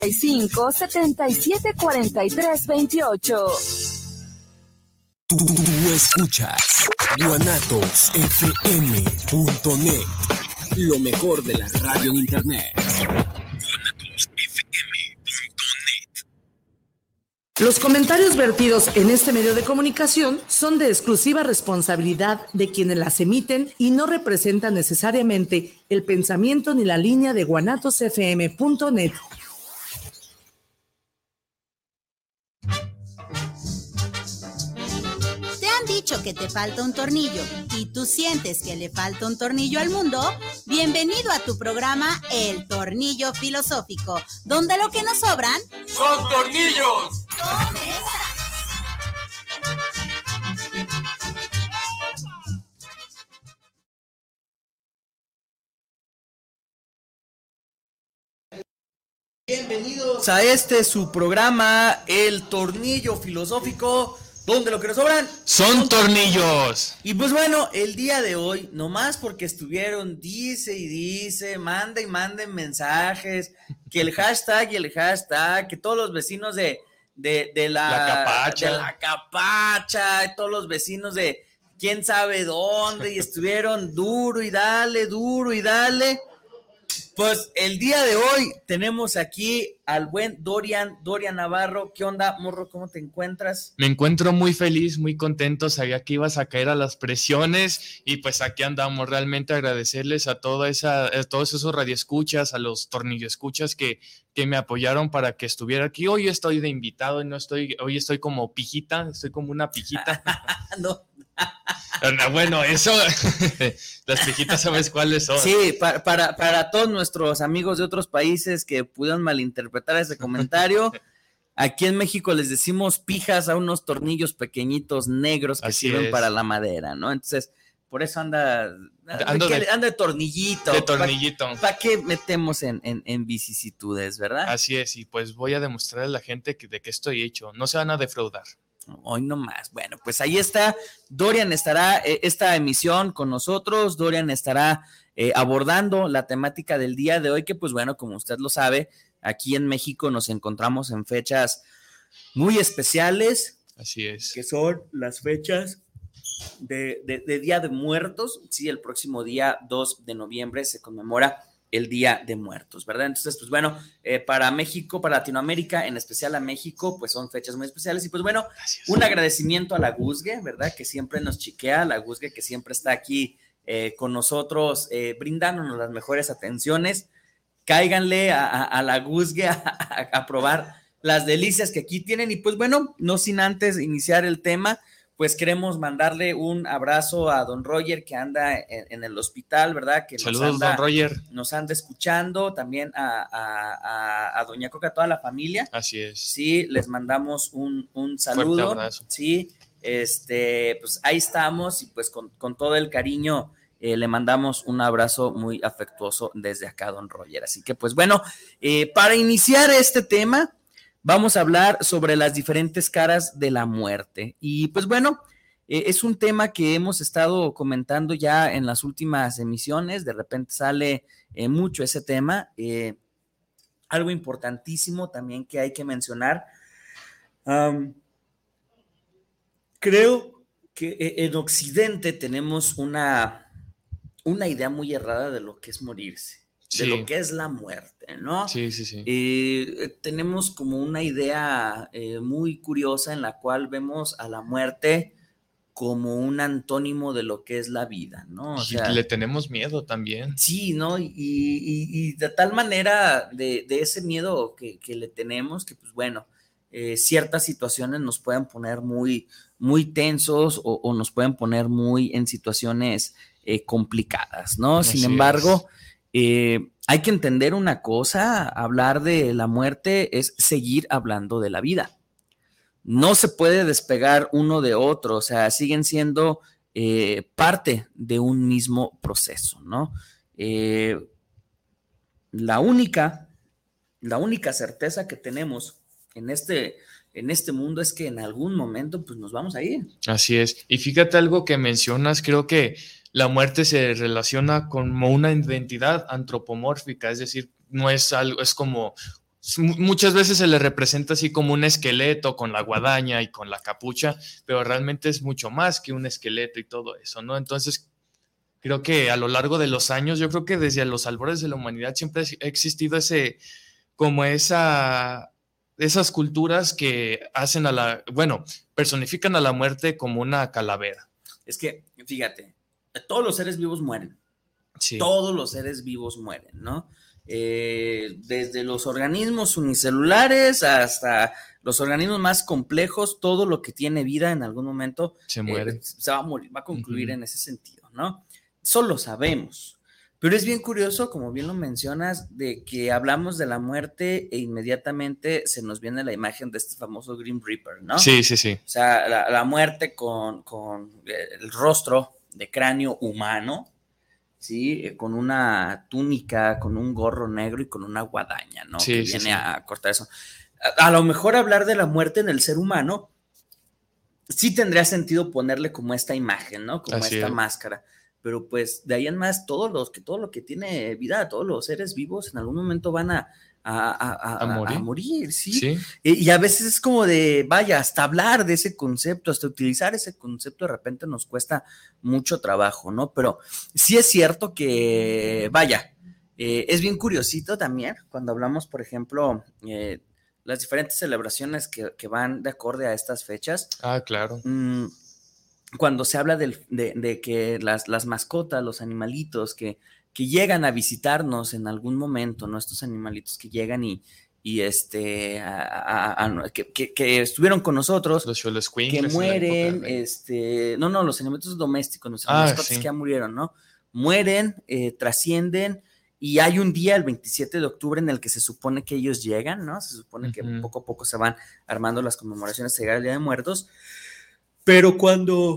774328. Tú escuchas guanatosfm.net, lo mejor de la radio en internet. Los comentarios vertidos en este medio de comunicación son de exclusiva responsabilidad de quienes las emiten y no representan necesariamente el pensamiento ni la línea de guanatosfm.net. ¿Te han dicho que te falta un tornillo y tú sientes que le falta un tornillo al mundo? Bienvenido a tu programa El Tornillo Filosófico, donde lo que nos sobran ¡son tornillos! Bienvenidos a su programa, El Tornillo Filosófico, donde lo que nos sobran son tornillos. Y pues bueno, el día de hoy, nomás porque estuvieron, dice y dice, manda y manden mensajes, que el hashtag y el hashtag, que todos los vecinos de la Capacha, todos los vecinos de quién sabe dónde, y estuvieron duro y dale. Pues el día de hoy tenemos aquí al buen Dorian Navarro. ¿Qué onda, morro? ¿Cómo te encuentras? Me encuentro muy feliz, muy contento. Sabía que ibas a caer a las presiones y pues aquí andamos. Realmente agradecerles a todos esos radioescuchas, a los tornilloescuchas que me apoyaron para que estuviera aquí. Hoy estoy de invitado y hoy estoy como pijita, estoy como una pijita. No. Bueno, eso, las pijitas, ¿sabes cuáles son? Sí, para todos nuestros amigos de otros países que pudieron malinterpretar ese comentario, aquí en México les decimos pijas a unos tornillos pequeñitos negros que sirven para la madera, ¿no? Entonces, por eso anda de tornillito. De tornillito. ¿Para qué metemos en vicisitudes, verdad? Así es, y pues voy a demostrarle a la gente de qué estoy hecho. No se van a defraudar. Hoy no más. Bueno, pues ahí está. Dorian estará esta emisión con nosotros. Dorian estará abordando la temática del día de hoy, que pues bueno, como usted lo sabe, aquí en México nos encontramos en fechas muy especiales. Así es. Que son las fechas de Día de Muertos. Sí, el próximo día 2 de noviembre se conmemora el Día de Muertos, ¿verdad? Entonces, pues bueno, para México, para Latinoamérica, en especial a México, pues son fechas muy especiales. Y pues bueno, un agradecimiento a la Guzgue, ¿verdad? Que siempre nos chiquea, la Guzgue que siempre está aquí con nosotros, brindándonos las mejores atenciones. Cáiganle a la Guzgue a probar las delicias que aquí tienen. Y pues bueno, no sin antes iniciar el tema, pues queremos mandarle un abrazo a don Roger, que anda en el hospital, ¿verdad? Que saludos, don Roger. Nos anda escuchando, también a doña Coca, a toda la familia. Así es. Sí, les mandamos un saludo. Fuerte abrazo. Sí, pues ahí estamos y pues con todo el cariño le mandamos un abrazo muy afectuoso desde acá, don Roger. Así que pues bueno, para iniciar este tema, vamos a hablar sobre las diferentes caras de la muerte. Y pues bueno, es un tema que hemos estado comentando ya en las últimas emisiones. De repente sale mucho ese tema. Algo importantísimo también que hay que mencionar. Creo que en Occidente tenemos una idea muy errada de lo que es morirse. Sí. De lo que es la muerte, ¿no? Sí. Tenemos como una idea muy curiosa en la cual vemos a la muerte como un antónimo de lo que es la vida, ¿no? O sea, le tenemos miedo también. Sí, ¿no? Y de tal manera de ese miedo que le tenemos, que pues bueno, ciertas situaciones nos pueden poner muy, muy tensos o nos pueden poner muy en situaciones complicadas, ¿no? Así Sin embargo, hay que entender una cosa: hablar de la muerte es seguir hablando de la vida. No se puede despegar uno de otro, o sea, siguen siendo parte de un mismo proceso, ¿no? La única certeza que tenemos en este mundo es que en algún momento pues nos vamos a ir. Así es. Y fíjate algo que mencionas, creo que la muerte se relaciona como una identidad antropomórfica, es decir, no es algo, es como muchas veces se le representa así como un esqueleto con la guadaña y con la capucha, pero realmente es mucho más que un esqueleto y todo eso, ¿no? Entonces, creo que a lo largo de los años, yo creo que desde los albores de la humanidad siempre ha existido esas culturas que hacen personifican a la muerte como una calavera. Es que, fíjate, todos los seres vivos mueren. Sí. Todos los seres vivos mueren, ¿no? Desde los organismos unicelulares hasta los organismos más complejos, todo lo que tiene vida en algún momento se muere. Se va a morir, va a concluir en ese sentido, ¿no? Eso lo sabemos. Pero es bien curioso, como bien lo mencionas, de que hablamos de la muerte e inmediatamente se nos viene la imagen de este famoso Grim Reaper, ¿no? Sí, sí, sí. O sea, la muerte con el rostro de cráneo humano, ¿sí? Con una túnica, con un gorro negro y con una guadaña, ¿no? Sí, que sí, viene sí. a cortar eso. A lo mejor hablar de la muerte en el ser humano sí tendría sentido ponerle como esta imagen, ¿no? Como Así esta es. máscara. Pero pues de ahí en más, todo lo que tiene vida, todos los seres vivos en algún momento van a morir, ¿sí? Sí. Y a veces es como de, vaya, hasta hablar de ese concepto, hasta utilizar ese concepto de repente nos cuesta mucho trabajo, ¿no? Pero sí es cierto que, vaya, es bien curiosito también cuando hablamos, por ejemplo, las diferentes celebraciones que van de acorde a estas fechas. Ah, claro. Cuando se habla de que las mascotas, los animalitos que llegan a visitarnos en algún momento, ¿no? Estos animalitos que llegan que estuvieron con nosotros, los xoloscuincles, que mueren, los animalitos domésticos, nuestras mascotas sí. que ya murieron, ¿no? Mueren, trascienden, y hay un día, el 27 de octubre, en el que se supone que ellos llegan, ¿no? Se supone que poco a poco se van armando las conmemoraciones de llegar al Día de Muertos. Pero cuando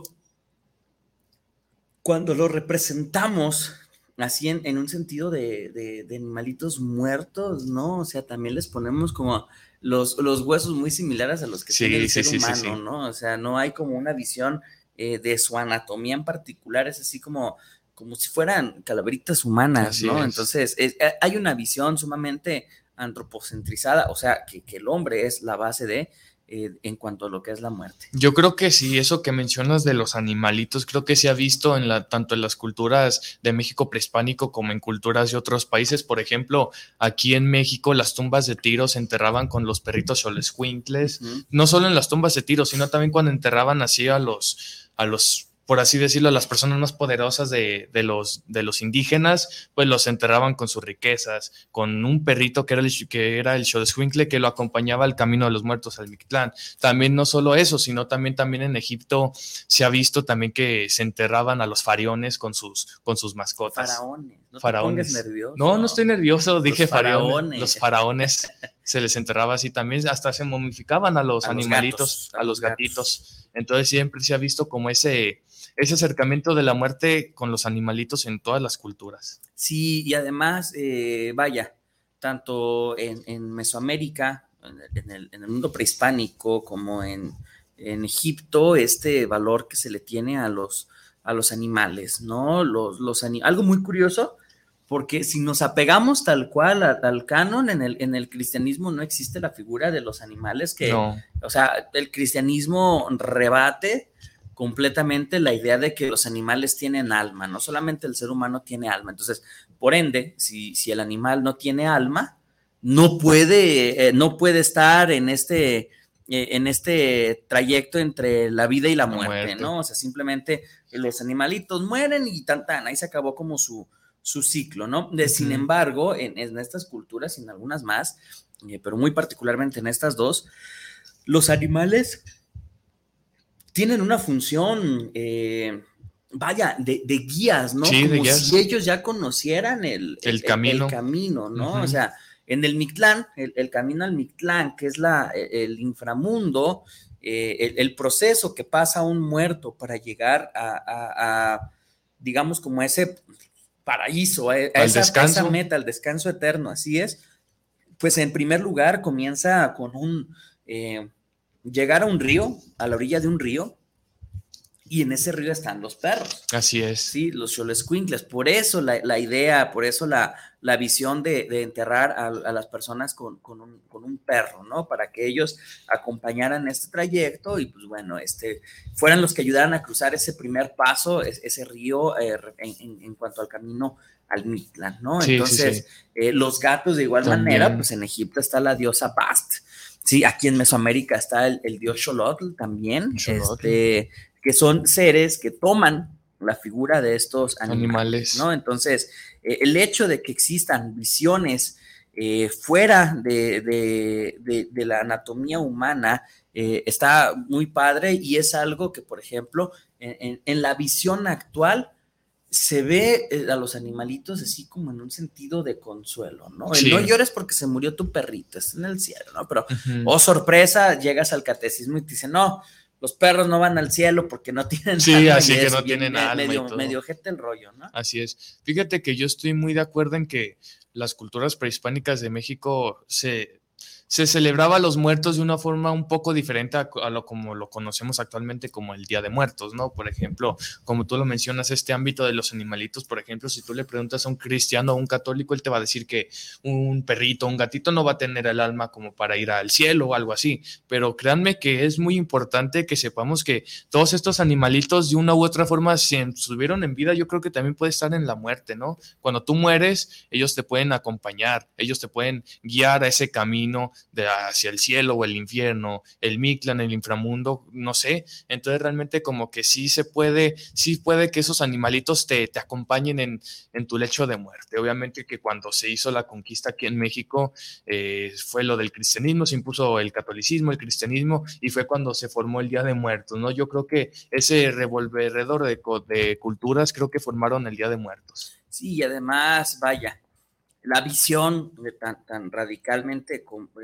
lo representamos así en un sentido de animalitos muertos, ¿no? O sea, también les ponemos como los huesos muy similares a los que tiene el ser humano, ¿no? O sea, no hay como una visión de su anatomía en particular, es así como si fueran calaveritas humanas, así ¿no? es. Entonces, hay una visión sumamente antropocentrizada, o sea, que el hombre es la base de en cuanto a lo que es la muerte. Yo creo que sí, eso que mencionas de los animalitos, creo que se ha visto tanto en las culturas de México prehispánico como en culturas de otros países. Por ejemplo, aquí en México las tumbas de Tiro se enterraban con los perritos xoloscuincles, no solo en las tumbas de Tiro, sino también cuando enterraban así a los por así decirlo, a las personas más poderosas de los indígenas, pues los enterraban con sus riquezas, con un perrito que era el xoloscuincle que lo acompañaba al camino de los muertos al Mictlán. También no solo eso, sino también en Egipto se ha visto también que se enterraban a los faraones con sus mascotas. Faraones, no faraones. Te pongas nervioso. No estoy nervioso, dije faraones. Los faraones se les enterraba así también, hasta se momificaban a los animalitos, a los gatitos. Entonces siempre se ha visto como ese acercamiento de la muerte con los animalitos en todas las culturas. Sí, y además, vaya, tanto en Mesoamérica, en el mundo prehispánico, como en Egipto, este valor que se le tiene a los animales, ¿no? Algo muy curioso, porque si nos apegamos tal cual al canon, en el cristianismo no existe la figura de los animales no. O sea, el cristianismo rebate completamente la idea de que los animales tienen alma, no solamente el ser humano tiene alma. Entonces, por ende, si el animal no tiene alma, no puede estar en este trayecto entre la vida y la muerte, ¿no? O sea, simplemente los animalitos mueren y ahí se acabó como su ciclo, ¿no? Sin embargo, en estas culturas y en algunas más, pero muy particularmente en estas dos, los animales tienen una función, vaya, de guías, ¿no? Sí, como de guías. Si ellos ya conocieran el camino, ¿no? O sea, en el Mictlán, el camino al Mictlán, que es el inframundo, el proceso que pasa un muerto para llegar a digamos, como a ese paraíso, a esa meta, al descanso eterno, así es. Pues en primer lugar comienza con llegar a un río, a la orilla de un río, y en ese río están los perros. Así es. Sí, los xoloscuincles. Por eso la idea, por eso la visión de enterrar a las personas con un perro, ¿no? Para que ellos acompañaran este trayecto y pues bueno, fueran los que ayudaran a cruzar ese primer paso, ese río en cuanto al camino al Mictlán, ¿no? Sí, entonces, sí. Los gatos de igual También. manera, pues en Egipto está la diosa Bast, sí, aquí en Mesoamérica está el dios Xolotl también, que son seres que toman la figura de estos animales, ¿no? Entonces, el hecho de que existan visiones fuera de la anatomía humana está muy padre y es algo que, por ejemplo, en la visión actual se ve a los animalitos así como en un sentido de consuelo, ¿no? Sí. No llores porque se murió tu perrito, está en el cielo, ¿no? Pero, oh sorpresa, llegas al catecismo y te dicen, no, los perros no van al cielo porque no tienen alma. Sí, así que no tienen alma medio ojete el rollo, ¿no? Así es. Fíjate que yo estoy muy de acuerdo en que las culturas prehispánicas de México se celebraba a los muertos de una forma un poco diferente a lo como lo conocemos actualmente como el Día de Muertos, ¿no? Por ejemplo, como tú lo mencionas, este ámbito de los animalitos, por ejemplo, si tú le preguntas a un cristiano o a un católico, él te va a decir que un perrito, un gatito no va a tener el alma como para ir al cielo o algo así, pero créanme que es muy importante que sepamos que todos estos animalitos de una u otra forma, si estuvieron en vida, yo creo que también puede estar en la muerte, ¿no? Cuando tú mueres, ellos te pueden acompañar, ellos te pueden guiar a ese camino hacia el cielo o el infierno, el Mictlán, el inframundo, no sé. Entonces realmente como que sí puede que esos animalitos te acompañen en tu lecho de muerte. Obviamente que cuando se hizo la conquista aquí en México fue lo del cristianismo, se impuso el catolicismo, el cristianismo y fue cuando se formó el Día de Muertos, ¿no? Yo creo que ese revolvedor de culturas creo que formaron el Día de Muertos. Sí, y además, vaya, la visión tan radicalmente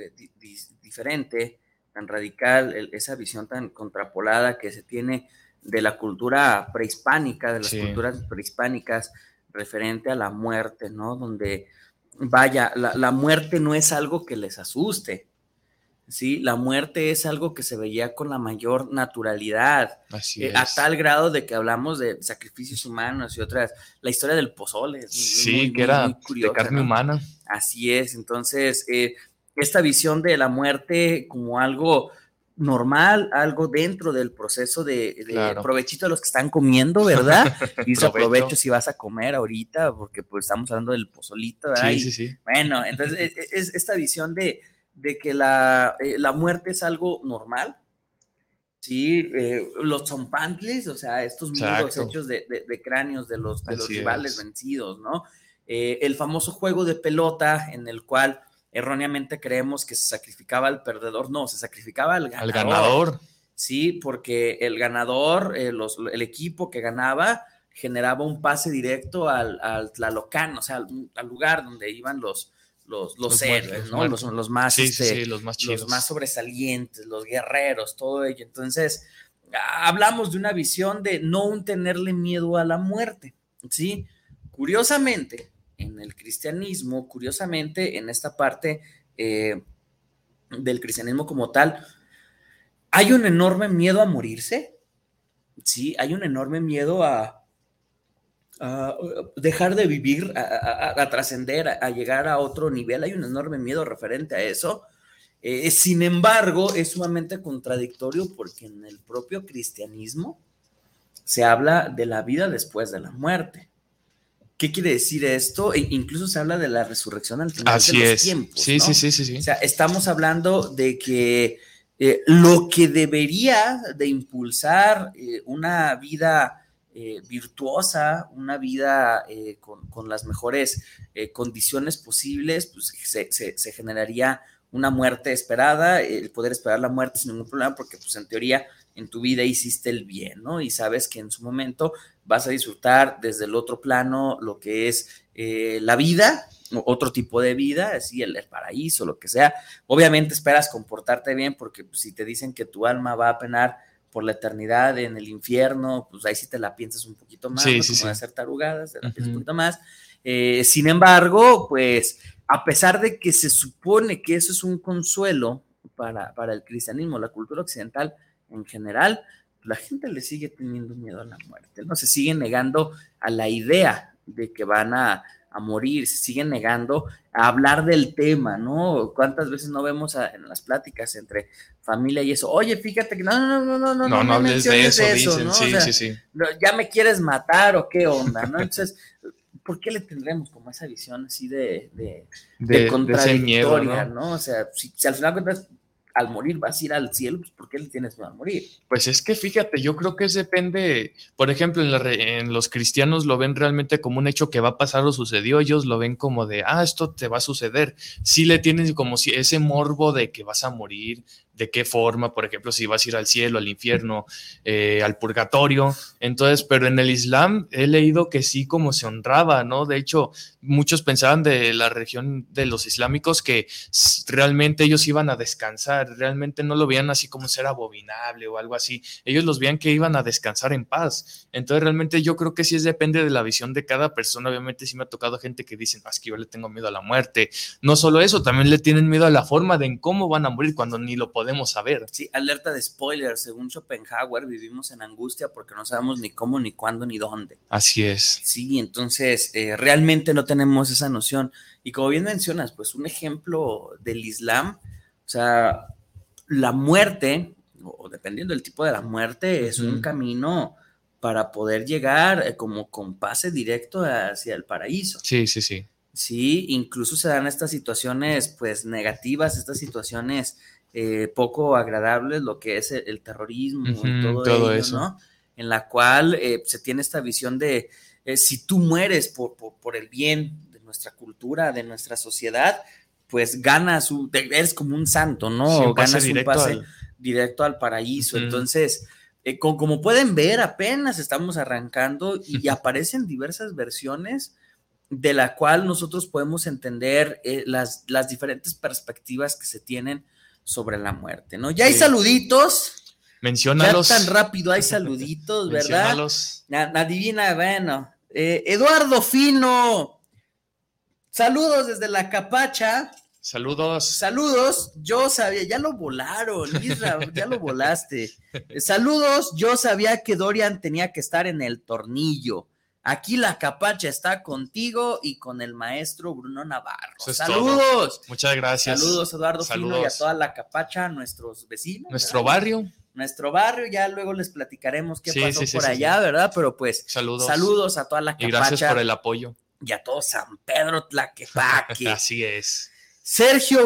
diferente, tan radical, esa visión tan contrapolada que se tiene de la cultura prehispánica, de las culturas prehispánicas referente a la muerte, ¿no? Donde, vaya, la muerte no es algo que les asuste, ¿sí? La muerte es algo que se veía con la mayor naturalidad, a tal grado de que hablamos de sacrificios humanos y otras, la historia del pozole, que era muy curiosa, de carne, ¿no? Humana. Así es, entonces, esta visión de la muerte como algo normal, algo dentro del proceso de provechito de los que están comiendo, ¿verdad? Dice provecho si vas a comer ahorita, porque pues estamos hablando del pozolito, ¿verdad? Sí. Bueno, entonces, es esta visión de que la muerte es algo normal, ¿sí? Los zompantles, o sea, estos muros hechos de cráneos de los rivales vencidos, ¿no? El famoso juego de pelota en el cual erróneamente creemos que se sacrificaba al perdedor, no, se sacrificaba al ganador. Sí, porque el ganador, el equipo que ganaba, generaba un pase directo al Tlalocán, o sea, al lugar donde iban los héroes, ¿no? Los más, los más chidos, los más sobresalientes, los guerreros, todo ello. Entonces, hablamos de una visión de no tenerle miedo a la muerte, ¿sí? Curiosamente, en el cristianismo, en esta parte del cristianismo como tal, hay un enorme miedo a morirse, ¿sí? Hay un enorme miedo a dejar de vivir, a trascender, a llegar a otro nivel. Hay un enorme miedo referente a eso. Sin embargo, es sumamente contradictorio porque en el propio cristianismo se habla de la vida después de la muerte. ¿Qué quiere decir esto? incluso se habla de la resurrección al final de los tiempos, sí, ¿no? Sí. O sea, estamos hablando de que lo que debería de impulsar una vida virtuosa, una vida con las mejores condiciones posibles, pues se generaría una muerte esperada, el poder esperar la muerte sin ningún problema, porque pues en teoría en tu vida hiciste el bien, ¿no? Y sabes que en su momento vas a disfrutar desde el otro plano lo que es la vida, otro tipo de vida, así el paraíso, lo que sea. Obviamente esperas comportarte bien, porque pues, si te dicen que tu alma va a penar por la eternidad en el infierno, pues ahí sí te la piensas un poquito más, ¿no? Como de hacer tarugadas, te la piensas un poquito más. Sin embargo, pues a pesar de que se supone que eso es un consuelo para el cristianismo, la cultura occidental en general, la gente le sigue teniendo miedo a la muerte, ¿no? Se sigue negando a la idea de que van a morir, se siguen negando a hablar del tema, ¿no? ¿Cuántas veces no vemos en las pláticas entre familia y eso? Oye, fíjate que no hables de eso, dicen, ¿no? sí, O sea, sí. ¿ya me quieres matar o qué onda, no? Entonces, ¿por qué le tendremos como esa visión así de contradictoria, ¿no? O sea, si al final de cuentas al morir vas a ir al cielo, pues ¿por qué le tienes miedo a morir? Pues es que fíjate, yo creo que depende, por ejemplo, en los cristianos lo ven realmente como un hecho que va a pasar o sucedió, ellos lo ven como de, esto te va a suceder, sí le tienen como si ese morbo de que vas a morir, de qué forma, por ejemplo, si vas a ir al cielo, al infierno, al purgatorio, entonces, pero en el Islam he leído que sí como se honraba, ¿no? De hecho, muchos pensaban de la región de los islámicos que realmente ellos iban a descansar, realmente no lo veían así como ser abominable o algo así, ellos los veían que iban a descansar en paz, entonces realmente yo creo que sí depende de la visión de cada persona, obviamente sí me ha tocado gente que dicen, es que yo le tengo miedo a la muerte, no solo eso, también le tienen miedo a la forma de en cómo van a morir cuando ni lo podemos saber. Sí, alerta de spoiler, según Schopenhauer vivimos en angustia porque no sabemos ni cómo, ni cuándo, ni dónde. Así es. Sí, entonces realmente no tenemos esa noción, y como bien mencionas, pues un ejemplo del Islam, o sea, la muerte, o dependiendo del tipo de la muerte, es un camino para poder llegar como con pase directo hacia el paraíso. Sí. Sí, incluso se dan estas situaciones pues negativas, estas situaciones poco agradables, lo que es el terrorismo y todo ello, eso, ¿no? En la cual se tiene esta visión de si tú mueres por el bien de nuestra cultura, de nuestra sociedad, pues ganas, eres como un santo, ¿no? Sí, ganas un pase directo al paraíso. Entonces, como pueden ver, apenas estamos arrancando y aparecen diversas versiones de la cual nosotros podemos entender las diferentes perspectivas que se tienen sobre la muerte, ¿no? Ya hay saluditos. Menciónalos. Ya tan rápido hay saluditos, ¿verdad? Adivina, bueno. Eduardo Fino. Saludos desde la Capacha. Saludos, yo sabía, ya lo volaron, Isra, ya lo volaste. Saludos, yo sabía que Dorian tenía que estar en el tornillo. Aquí la Capacha está contigo y con el maestro Bruno Navarro. ¡Saludos! Todo. Muchas gracias. Saludos, Eduardo Fino, y a toda la Capacha, nuestros vecinos. Nuestro barrio. Nuestro barrio, ya luego les platicaremos qué pasó por allá, ¿verdad? Pero pues, saludos a toda la Capacha. Y gracias por el apoyo. Y a todo San Pedro Tlaquepaque. Así es. Sergio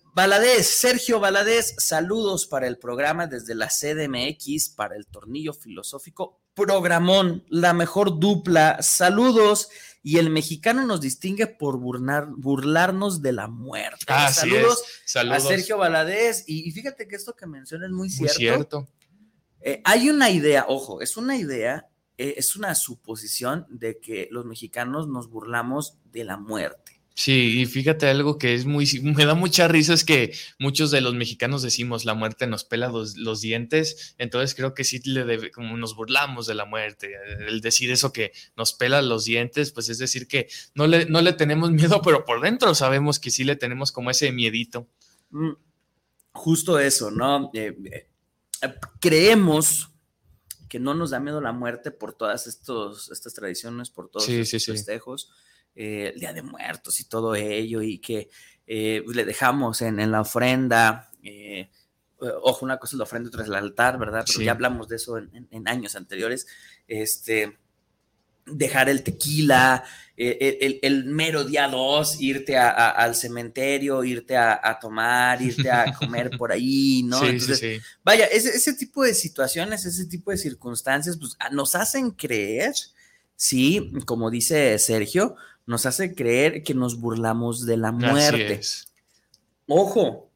Valadez, saludos para el programa desde la CDMX, para el Tornillo Filosófico. Programón, la mejor dupla, saludos, y el mexicano nos distingue por burlarnos de la muerte. Saludos a Sergio Valadez, y fíjate que esto que mencionas es muy cierto. Hay una idea, ojo, es una suposición de que los mexicanos nos burlamos de la muerte. Sí, y fíjate algo que me da mucha risa, es que muchos de los mexicanos decimos la muerte nos pela los dientes, entonces creo que sí como nos burlamos de la muerte, el decir eso que nos pela los dientes, pues es decir que no le tenemos miedo, pero por dentro sabemos que sí le tenemos como ese miedito. Justo eso, ¿no? Creemos que no nos da miedo la muerte por todas estas tradiciones, por todos estos festejos. El Día de Muertos y todo ello, y que le dejamos en la ofrenda, ojo, una cosa es la ofrenda, otra es el altar, ¿verdad? Pero ya hablamos de eso en años anteriores, dejar el tequila, el mero día 2, irte al cementerio, irte a tomar, irte a comer por ahí, ¿no? Entonces, vaya, ese tipo de situaciones, ese tipo de circunstancias, pues nos hacen creer, sí, como dice Sergio, nos hace creer que nos burlamos de la muerte. Ojo,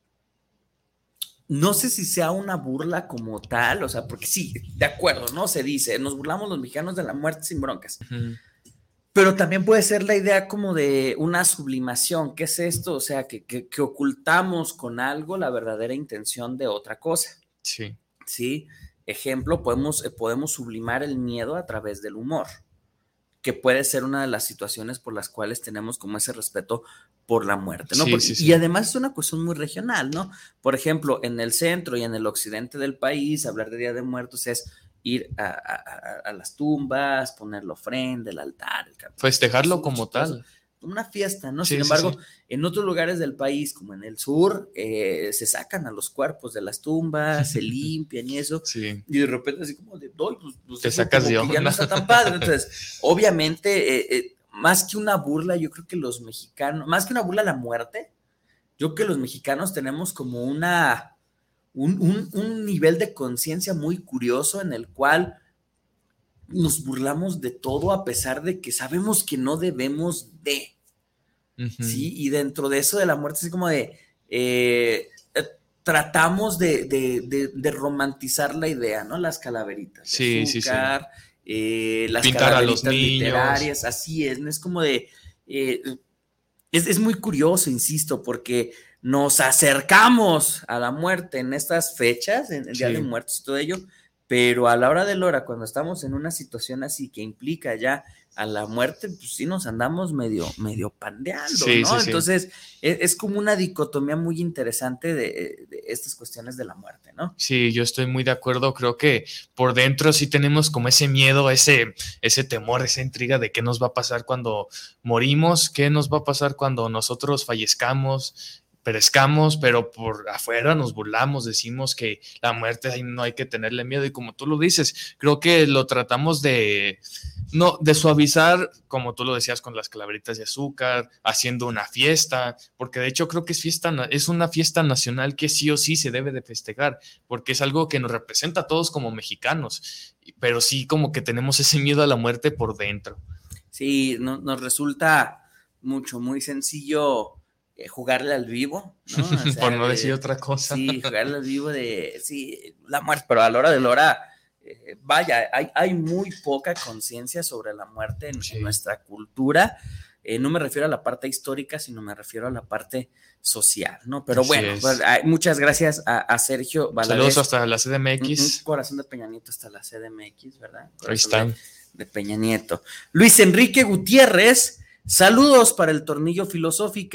no sé si sea una burla como tal, o sea, porque sí, de acuerdo, ¿no? Se dice, nos burlamos los mexicanos de la muerte sin broncas. Pero también puede ser la idea como de una sublimación. ¿Qué es esto? O sea, que ocultamos con algo la verdadera intención de otra cosa. Sí. Ejemplo, podemos sublimar el miedo a través del humor. que puede ser una de las situaciones por las cuales tenemos como ese respeto por la muerte, ¿no? Sí. Y además es una cuestión muy regional, ¿no? Por ejemplo, en el centro y en el occidente del país, hablar de Día de Muertos es ir a las tumbas, poner la ofrenda, el altar, el cartel, festejarlo como tal. Una fiesta, ¿no? Sí, Sin embargo, sí. en otros lugares del país, como en el sur, se sacan a los cuerpos de las tumbas, se limpian y eso, Sí. y de repente así como de, pues Te sacas de ya no onda. está tan padre. Entonces, obviamente, más que una burla, yo creo que los mexicanos, más que una burla a la muerte, yo creo que los mexicanos tenemos como un nivel de conciencia muy curioso en el cual nos burlamos de todo a pesar de que sabemos que no debemos de, ¿sí? Y dentro de eso de la muerte, así como de, tratamos de romantizar la idea, ¿no? Las calaveritas de azúcar, las pintar calaveritas a los niños. literarias, así es, ¿no? Es como de, es muy curioso, insisto, porque nos acercamos a la muerte en estas fechas, en el Día de Muertos y todo ello, pero a la hora de la hora, cuando estamos en una situación así que implica ya a la muerte, pues sí nos andamos medio pandeando, ¿no? Entonces, es como una dicotomía muy interesante de estas cuestiones de la muerte, ¿no? Sí, yo estoy muy de acuerdo. Creo que por dentro sí tenemos como ese miedo, ese temor, esa intriga de qué nos va a pasar cuando morimos, qué nos va a pasar cuando nosotros fallezcamos, perezcamos, pero por afuera nos burlamos, decimos que la muerte no hay que tenerle miedo, y como tú lo dices, creo que lo tratamos de suavizar, como tú lo decías, con las calaveritas de azúcar, haciendo una fiesta, porque de hecho creo que es una fiesta nacional que sí o sí se debe de festejar, porque es algo que nos representa a todos como mexicanos, pero sí como que tenemos ese miedo a la muerte por dentro. Sí, nos resulta muy sencillo jugarle al vivo, ¿no? O sea, por no decir otra cosa. Sí, jugarle al vivo la muerte, pero a la hora de la hora, vaya, hay muy poca conciencia sobre la muerte en nuestra cultura. No me refiero a la parte histórica, sino me refiero a la parte social, ¿no? Pero bueno, pues, muchas gracias a Sergio Valadez. Saludos hasta la CDMX. Un corazón de Peña Nieto hasta la CDMX, ¿verdad? Ahí están. De Peña Nieto. Luis Enrique Gutiérrez, saludos para el tornillo filosófico.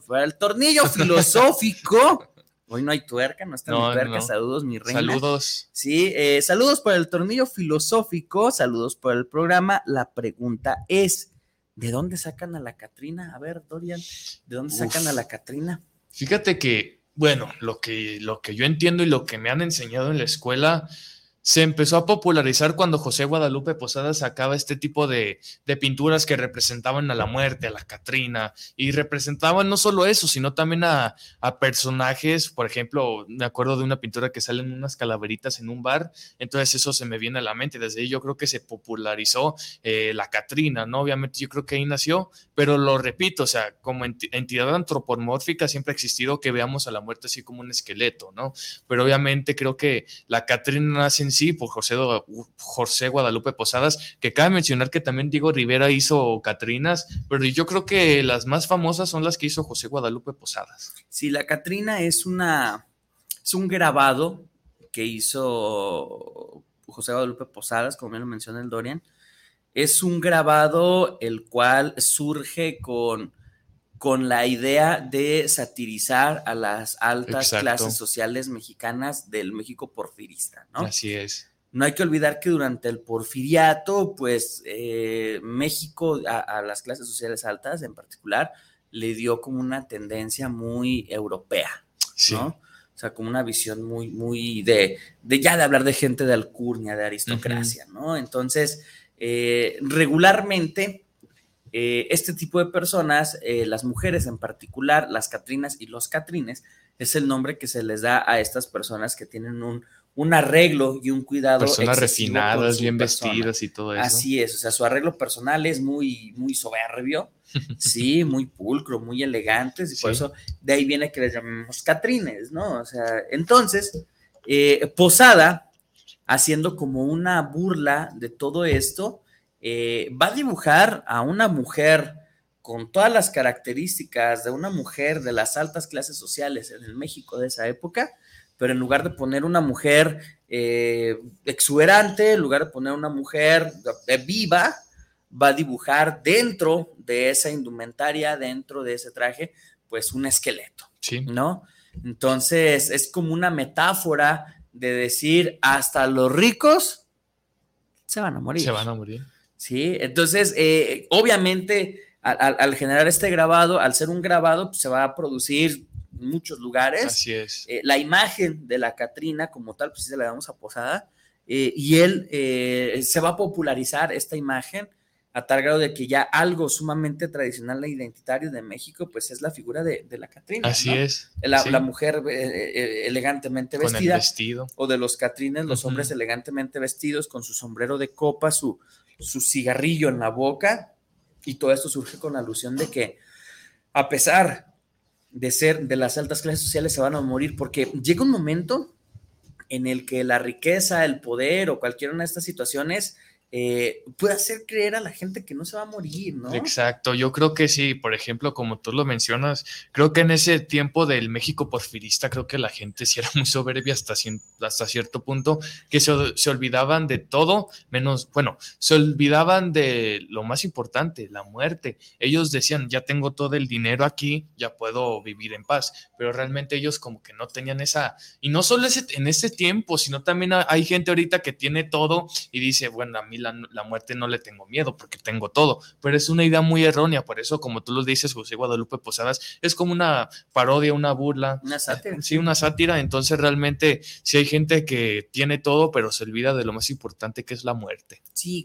Hoy no hay tuerca, no está mi tuerca. No. Saludos, mi reina. Saludos. Sí, saludos para el tornillo filosófico, saludos por el programa. La pregunta es, ¿de dónde sacan a la Catrina? A ver, Dorian, ¿de dónde sacan a la Catrina? Fíjate que, bueno, lo que yo entiendo y lo que me han enseñado en la escuela se empezó a popularizar cuando José Guadalupe Posadas sacaba este tipo de pinturas que representaban a la muerte, a la Catrina, y representaban no solo eso, sino también a personajes. Por ejemplo, me acuerdo de una pintura que salen unas calaveritas en un bar, entonces eso se me viene a la mente. Desde ahí yo creo que se popularizó la Catrina, ¿no? Obviamente yo creo que ahí nació, pero lo repito, o sea, como entidad antropomórfica siempre ha existido que veamos a la muerte así como un esqueleto, ¿no? Pero obviamente creo que la Catrina nace en sí por José Guadalupe Posadas, que cabe mencionar que también Diego Rivera hizo Catrinas, pero yo creo que las más famosas son las que hizo José Guadalupe Posadas. Sí, la Catrina es un grabado que hizo José Guadalupe Posadas, como bien lo menciona el Dorian. Es un grabado el cual surge con la idea de satirizar a las altas clases sociales mexicanas del México porfirista, ¿no? Así es. No hay que olvidar que durante el porfiriato, pues México a las clases sociales altas en particular le dio como una tendencia muy europea, sí, ¿no? O sea, como una visión muy de hablar de gente de alcurnia, de aristocracia, ¿no? Entonces, regularmente este tipo de personas, las mujeres en particular, las Catrinas y los Catrines, es el nombre que se les da a estas personas que tienen un arreglo y un cuidado. Personas refinadas, bien vestidas y todo eso. Así es, o sea, su arreglo personal es muy soberbio, sí, muy pulcro, muy elegantes, y por eso de ahí viene que les llamamos Catrines, ¿no? O sea, entonces, Posada, haciendo como una burla de todo esto, va a dibujar a una mujer con todas las características de una mujer de las altas clases sociales en el México de esa época, pero en lugar de poner una mujer exuberante, en lugar de poner una mujer viva, va a dibujar dentro de esa indumentaria, dentro de ese traje, pues un esqueleto, sí, ¿no? Entonces es como una metáfora de decir, hasta los ricos se van a morir. se van a morir. Sí, entonces obviamente al generar este grabado, al ser un grabado, pues, se va a producir en muchos lugares. Así es. La imagen de la Catrina como tal, pues sí se la damos a Posada, y él se va a popularizar esta imagen a tal grado de que ya algo sumamente tradicional e identitario de México, pues es la figura de la Catrina. Así ¿no? es. La mujer elegantemente vestida. Con el vestido. O de los Catrines, los hombres elegantemente vestidos con su sombrero de copa, su cigarrillo en la boca, y todo esto surge con la alusión de que a pesar de ser de las altas clases sociales se van a morir, porque llega un momento en el que la riqueza, el poder o cualquiera de estas situaciones puede hacer creer a la gente que no se va a morir, ¿no? Exacto, yo creo que sí, por ejemplo, como tú lo mencionas, creo que en ese tiempo del México porfirista, creo que la gente sí era muy soberbia hasta cierto punto, que se olvidaban de todo, menos, bueno, se olvidaban de lo más importante, la muerte. Ellos decían, ya tengo todo el dinero aquí, ya puedo vivir en paz, pero realmente ellos como que no tenían esa, y no solo en ese tiempo, sino también hay gente ahorita que tiene todo y dice, bueno, a mí la muerte no le tengo miedo porque tengo todo, pero es una idea muy errónea. Por eso, como tú lo dices, José Guadalupe Posadas, es como una parodia, una burla, una sátira. Sí, una sátira. Entonces realmente sí hay gente que tiene todo, pero se olvida de lo más importante, que es la muerte. Sí,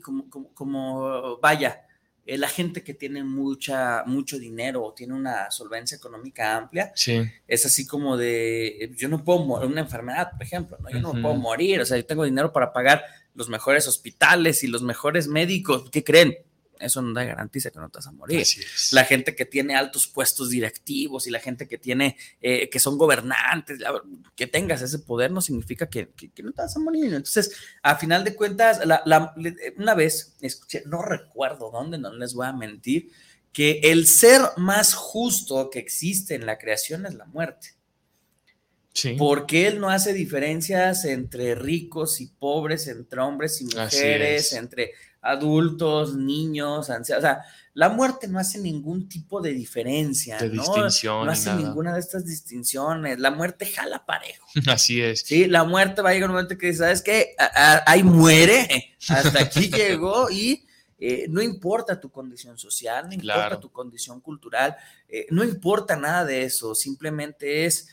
como vaya, la gente que tiene mucho dinero o tiene una solvencia económica amplia, sí, es así como de, yo no puedo morir, una enfermedad, por ejemplo, ¿no? Yo no puedo morir, o sea, yo tengo dinero para pagar los mejores hospitales y los mejores médicos. ¿Qué creen? Eso no da garantiza que no te vas a morir. Así es. La gente que tiene altos puestos directivos y la gente que tiene, que son gobernantes, que tengas ese poder no significa que no te vas a morir. Entonces, a final de cuentas, una vez escuché, no recuerdo dónde, no les voy a mentir, que el ser más justo que existe en la creación es la muerte. Sí. Porque él no hace diferencias entre ricos y pobres, entre hombres y mujeres, entre adultos, niños, ancianos. O sea, la muerte no hace ningún tipo de diferencia, de distinción, no hace nada. ninguna de estas distinciones. La muerte jala parejo. Así es. Sí, la muerte va a llegar un momento que dice, ¿sabes qué? Ahí muere, hasta aquí llegó y no importa tu condición social, no importa tu condición cultural, no importa nada de eso, simplemente es...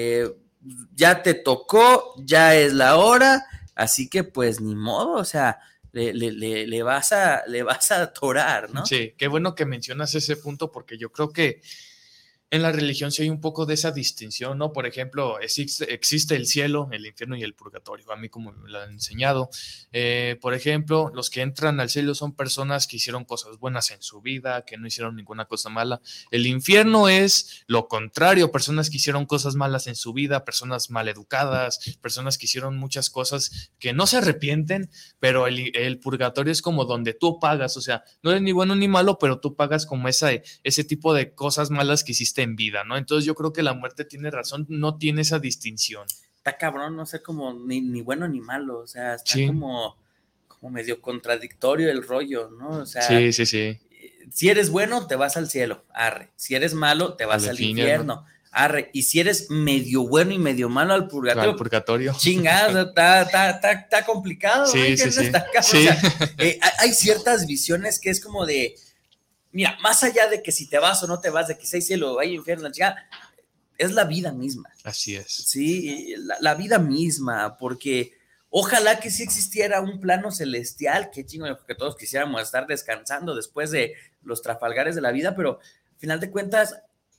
ya te tocó, ya es la hora, así que pues ni modo, o sea, le vas a atorar, ¿no? Sí, qué bueno que mencionas ese punto, porque yo creo que en la religión sí hay un poco de esa distinción, ¿no? Por ejemplo, existe el cielo, el infierno y el purgatorio, a mí como me lo han enseñado. Por ejemplo, los que entran al cielo son personas que hicieron cosas buenas en su vida, que no hicieron ninguna cosa mala. El infierno es lo contrario, personas que hicieron cosas malas en su vida, personas maleducadas, personas que hicieron muchas cosas que no se arrepienten, pero el purgatorio es como donde tú pagas, o sea, no eres ni bueno ni malo, pero tú pagas como ese tipo de cosas malas que hiciste en vida, ¿no? Entonces yo creo que la muerte tiene razón, no tiene esa distinción. Está cabrón, no sé, como ni bueno ni malo, o sea, está como medio contradictorio el rollo, ¿no? O sea, sí. Si eres bueno, te vas al cielo, arre. Si eres malo, te vas al infierno, arre. Y si eres medio bueno y medio malo, al purgatorio. Chingada, está complicado. Sí. Está cabrón. Sí. O sea, hay ciertas visiones que es como de, mira, más allá de que si te vas o no te vas, de que si hay cielo o hay infierno, la chingada, es la vida misma. Así es. Sí, la vida misma, porque ojalá que sí existiera un plano celestial, qué chingo que todos quisiéramos estar descansando después de los trafalgares de la vida, pero al final de cuentas,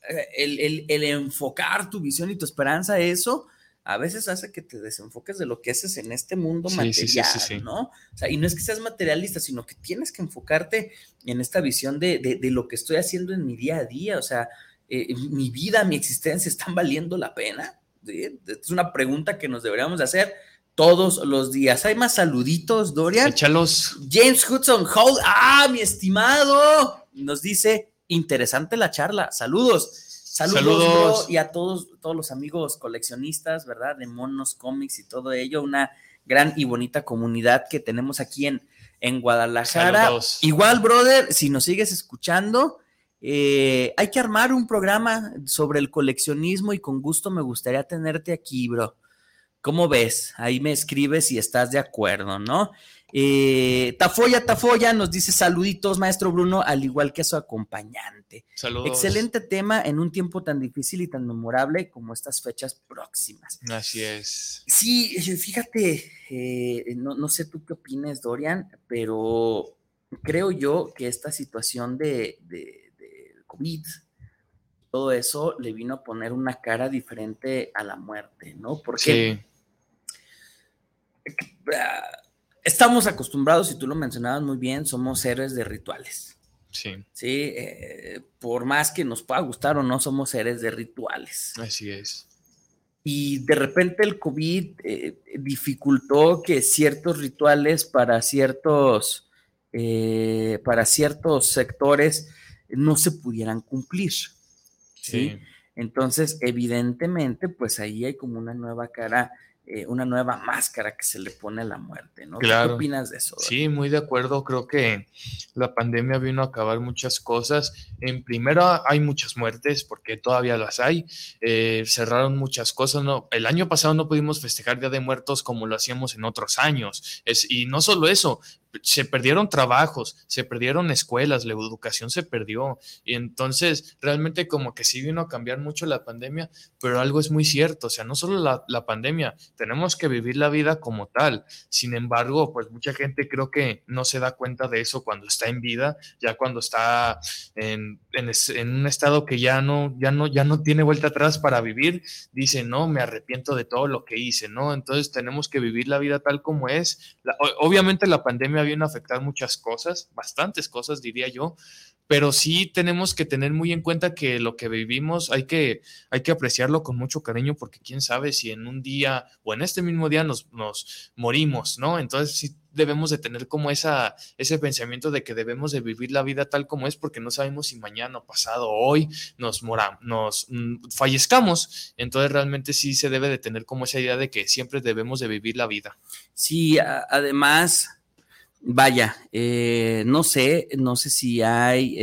el enfocar tu visión y tu esperanza a eso, a veces hace que te desenfoques de lo que haces en este mundo material, ¿no? O sea, y no es que seas materialista, sino que tienes que enfocarte en esta visión de lo que estoy haciendo en mi día a día, o sea, mi vida, mi existencia, ¿están valiendo la pena? ¿Sí? Es una pregunta que nos deberíamos de hacer todos los días. ¿Hay más saluditos, Dorian? Échalos. James Hudson Hall, mi estimado, nos dice, interesante la charla, saludos, bro, y a todos los amigos coleccionistas, ¿verdad? De monos, cómics y todo ello, una gran y bonita comunidad que tenemos aquí en en Guadalajara. Saludos. Igual, brother, si nos sigues escuchando, hay que armar un programa sobre el coleccionismo y con gusto me gustaría tenerte aquí, bro. ¿Cómo ves? Ahí me escribes si estás de acuerdo, ¿no? Tafoya nos dice saluditos, maestro Bruno, al igual que su acompañante. Saludos. Excelente tema en un tiempo tan difícil y tan memorable como estas fechas próximas. Así es. Sí, fíjate, no sé tú qué opinas, Dorian, pero creo yo que esta situación de COVID, todo eso le vino a poner una cara diferente a la muerte, ¿no? Porque Sí. Estamos acostumbrados, y tú lo mencionabas muy bien, somos héroes de rituales. Sí. Sí, por más que nos pueda gustar o no, somos seres de rituales. Así es. Y de repente el COVID dificultó que ciertos rituales para ciertos sectores no se pudieran cumplir. ¿Sí? Sí. Entonces, evidentemente, pues ahí hay como una nueva cara, una nueva máscara que se le pone a la muerte, ¿no? Claro. ¿Qué opinas de eso? Sí, muy de acuerdo. Creo que la pandemia vino a acabar muchas cosas. En primera, hay muchas muertes, porque todavía las hay. Cerraron muchas cosas. ¿No? El año pasado no pudimos festejar Día de Muertos como lo hacíamos en otros años. Y no solo eso, se perdieron trabajos, se perdieron escuelas, la educación se perdió. Y entonces, realmente como que sí vino a cambiar mucho la pandemia, pero algo es muy cierto. O sea, no solo la pandemia, tenemos que vivir la vida como tal. Sin embargo, pues mucha gente creo que no se da cuenta de eso cuando está en vida, ya cuando está en un estado que ya no tiene vuelta atrás para vivir, dice, no, me arrepiento de todo lo que hice, ¿no? Entonces tenemos que vivir la vida tal como es. Obviamente la pandemia vino a afectar muchas cosas, bastantes cosas diría yo, pero sí tenemos que tener muy en cuenta que lo que vivimos hay que apreciarlo con mucho cariño, porque quién sabe si en un día o en este mismo día nos morimos, ¿no? Entonces sí debemos de tener como ese pensamiento de que debemos de vivir la vida tal como es, porque no sabemos si mañana o pasado o hoy nos fallezcamos. Entonces realmente sí se debe de tener como esa idea de que siempre debemos de vivir la vida. Sí, además... Vaya, no sé si hay,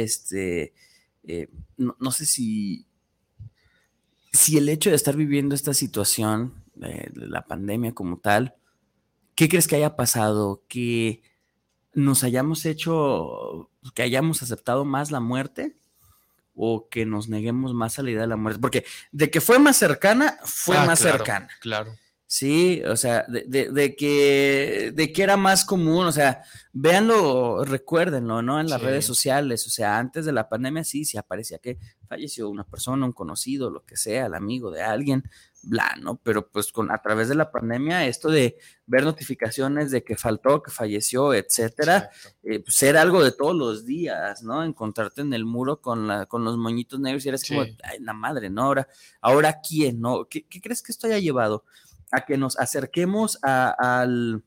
no sé si el hecho de estar viviendo esta situación de la pandemia como tal, ¿qué crees que haya pasado? ¿Que nos hayamos que hayamos aceptado más la muerte? ¿O que nos neguemos más a la idea de la muerte? Porque de que fue más cercana, fue más claro, cercana. Claro. Sí, o sea, de que era más común, o sea, véanlo, recuérdenlo, ¿no? En las redes sociales, o sea, antes de la pandemia sí aparecía que falleció una persona, un conocido, lo que sea, el amigo de alguien, bla, ¿no? Pero pues a través de la pandemia, esto de ver notificaciones de que faltó, que falleció, etcétera, pues era algo de todos los días, ¿no? Encontrarte en el muro con los moñitos negros y eres como, ay, la madre, ¿no? Ahora ¿quién, no? ¿Qué crees que esto haya llevado? A que nos acerquemos a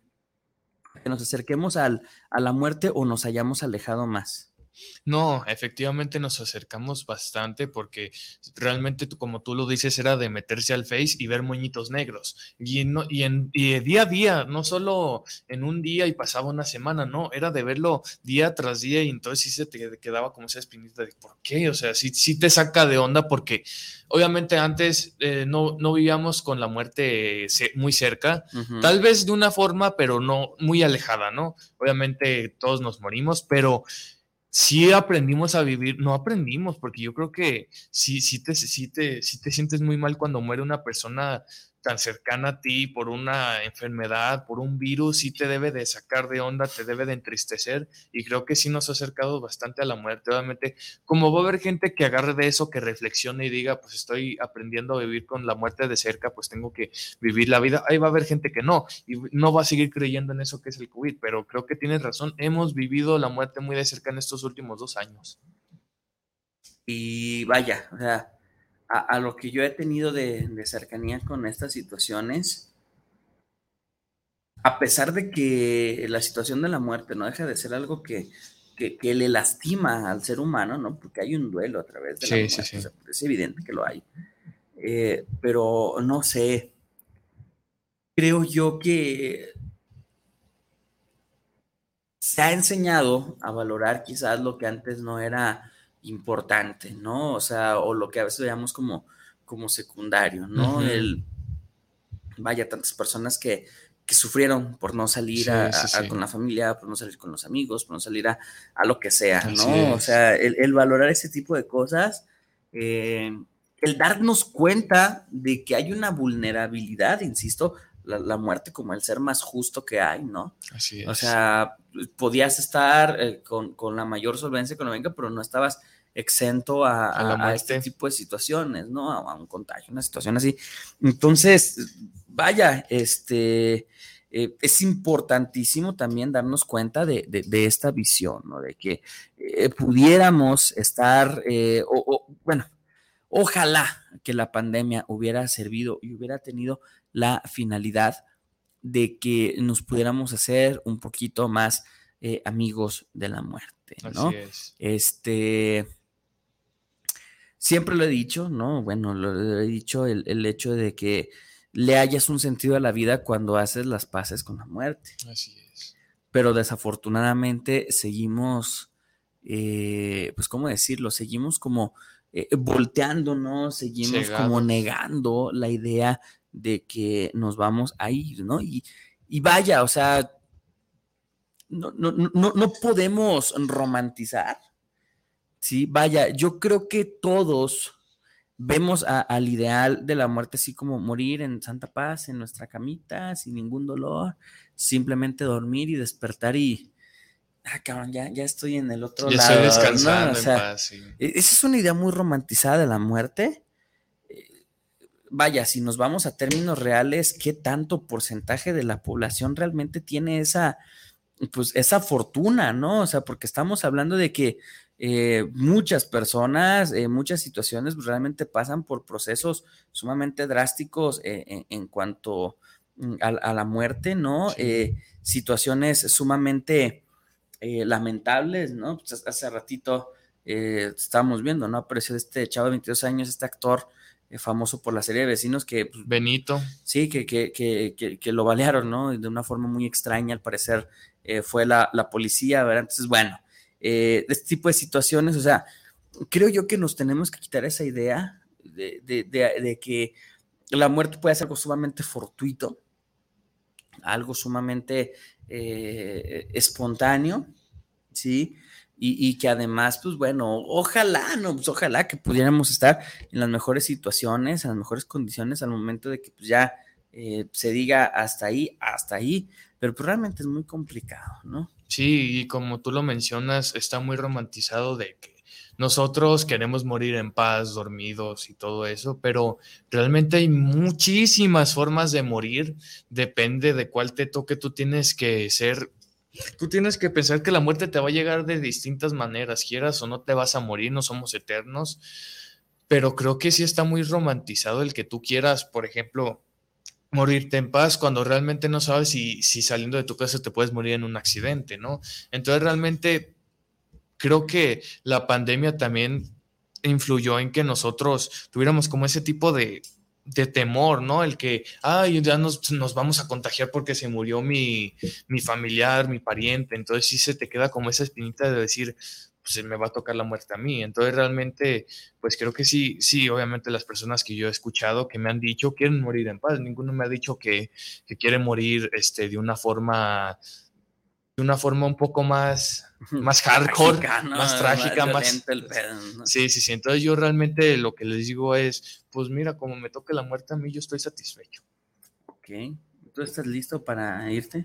la muerte o nos hayamos alejado más. No, efectivamente nos acercamos bastante, porque realmente, como tú lo dices, era de meterse al Face y ver moñitos negros. Y día a día, no solo en un día y pasaba una semana, no, era de verlo día tras día, y entonces sí se te quedaba como esa espinita de ¿por qué? O sea, sí te saca de onda, porque obviamente antes no vivíamos con la muerte muy cerca, tal vez de una forma, pero no muy alejada, ¿no? Obviamente todos nos morimos, pero sí aprendimos a vivir, no aprendimos, porque yo creo que sí te sientes muy mal cuando muere una persona tan cercana a ti por una enfermedad, por un virus. Sí te debe de sacar de onda, te debe de entristecer, y creo que sí nos ha acercado bastante a la muerte. Obviamente, como va a haber gente que agarre de eso, que reflexione y diga, pues estoy aprendiendo a vivir con la muerte de cerca, pues tengo que vivir la vida. Ahí va a haber gente que no, y no va a seguir creyendo en eso que es el COVID, pero creo que tienes razón, hemos vivido la muerte muy de cerca en estos últimos 2 años. Y vaya, o sea, a lo que yo he tenido de cercanía con estas situaciones, a pesar de que la situación de la muerte no deja de ser algo que le lastima al ser humano, ¿no? Porque hay un duelo a través de la muerte, sí. O sea, es evidente que lo hay. Pero no sé, creo yo que se ha enseñado a valorar quizás lo que antes no era importante, ¿no? O sea, o lo que a veces veíamos como secundario, ¿no? Ujú. Vaya, tantas personas que sufrieron por no salir Sí. con la familia, por no salir con los amigos, por no salir a lo que sea, Así ¿no? O es. sea, el valorar ese tipo de cosas, el darnos cuenta de que hay una vulnerabilidad, insisto, la muerte como el ser más justo que hay, ¿no? Así O es. sea, podías estar con la mayor solvencia económica, pero no estabas exento A la a este muerte. tipo de situaciones, ¿no? A un contagio, una situación así. Entonces, vaya, es importantísimo también darnos cuenta de esta visión, ¿no? De que pudiéramos estar, bueno, ojalá que la pandemia hubiera servido y hubiera tenido la finalidad de que nos pudiéramos hacer un poquito más amigos de la muerte, Así ¿no? es. Siempre lo he dicho, ¿no? Bueno, lo he dicho, el hecho de que le hayas un sentido a la vida cuando haces las paces con la muerte. Así es. Pero desafortunadamente seguimos, pues, ¿cómo decirlo? Seguimos como volteándonos, seguimos como Cegados. negando la idea de que nos vamos a ir, ¿no? Y vaya, o sea, no podemos romantizar, ¿sí? Vaya, yo creo que todos vemos al ideal de la muerte así como morir en santa paz, en nuestra camita, sin ningún dolor, simplemente dormir y despertar y, cabrón, ya estoy en el otro Ya estoy lado, ¿no? O descansando en sea, paz, sí. esa es una idea muy romantizada de la muerte. Vaya, si nos vamos a términos reales, ¿qué tanto porcentaje de la población realmente tiene pues esa fortuna, ¿no? O sea, porque estamos hablando de que muchas personas, muchas situaciones pues, realmente pasan por procesos sumamente drásticos en cuanto a la muerte, ¿no? Sí. Situaciones sumamente lamentables, ¿no? Pues hace ratito estábamos viendo, ¿no? Apareció este chavo de 22 años, este actor famoso por la serie de Vecinos que pues, Benito. sí, que lo balearon, ¿no? De una forma muy extraña, al parecer fue la policía, ¿verdad? Entonces, bueno, este tipo de situaciones, o sea, creo yo que nos tenemos que quitar esa idea de que la muerte puede ser algo sumamente fortuito, algo sumamente espontáneo, ¿sí? Y que además, pues bueno, ojalá, ¿no? Pues ojalá que pudiéramos estar en las mejores situaciones, en las mejores condiciones al momento de que pues ya se diga hasta ahí, pero pues realmente es muy complicado, ¿no? Sí, y como tú lo mencionas, está muy romantizado de que nosotros queremos morir en paz, dormidos y todo eso, pero realmente hay muchísimas formas de morir, depende de cuál te toque, tú tienes que pensar que la muerte te va a llegar de distintas maneras, quieras o no te vas a morir, no somos eternos, pero creo que sí está muy romantizado el que tú quieras, por ejemplo, morirte en paz cuando realmente no sabes si saliendo de tu casa te puedes morir en un accidente, ¿no? Entonces realmente creo que la pandemia también influyó en que nosotros tuviéramos como ese tipo de temor, ¿no? El que, ay, ya nos vamos a contagiar porque se murió mi familiar, mi pariente, entonces sí se te queda como esa espinita de decir, pues me va a tocar la muerte a mí. Entonces realmente, pues creo que sí, obviamente las personas que yo he escuchado que me han dicho quieren morir en paz, ninguno me ha dicho que quiere morir de una forma un poco más hardcore, Trágica, ¿no? más Más trágica, más... violento el pedo, ¿no? Sí. Entonces yo realmente lo que les digo es, pues mira, como me toque la muerte a mí, yo estoy satisfecho. Ok, ¿tú estás listo para irte?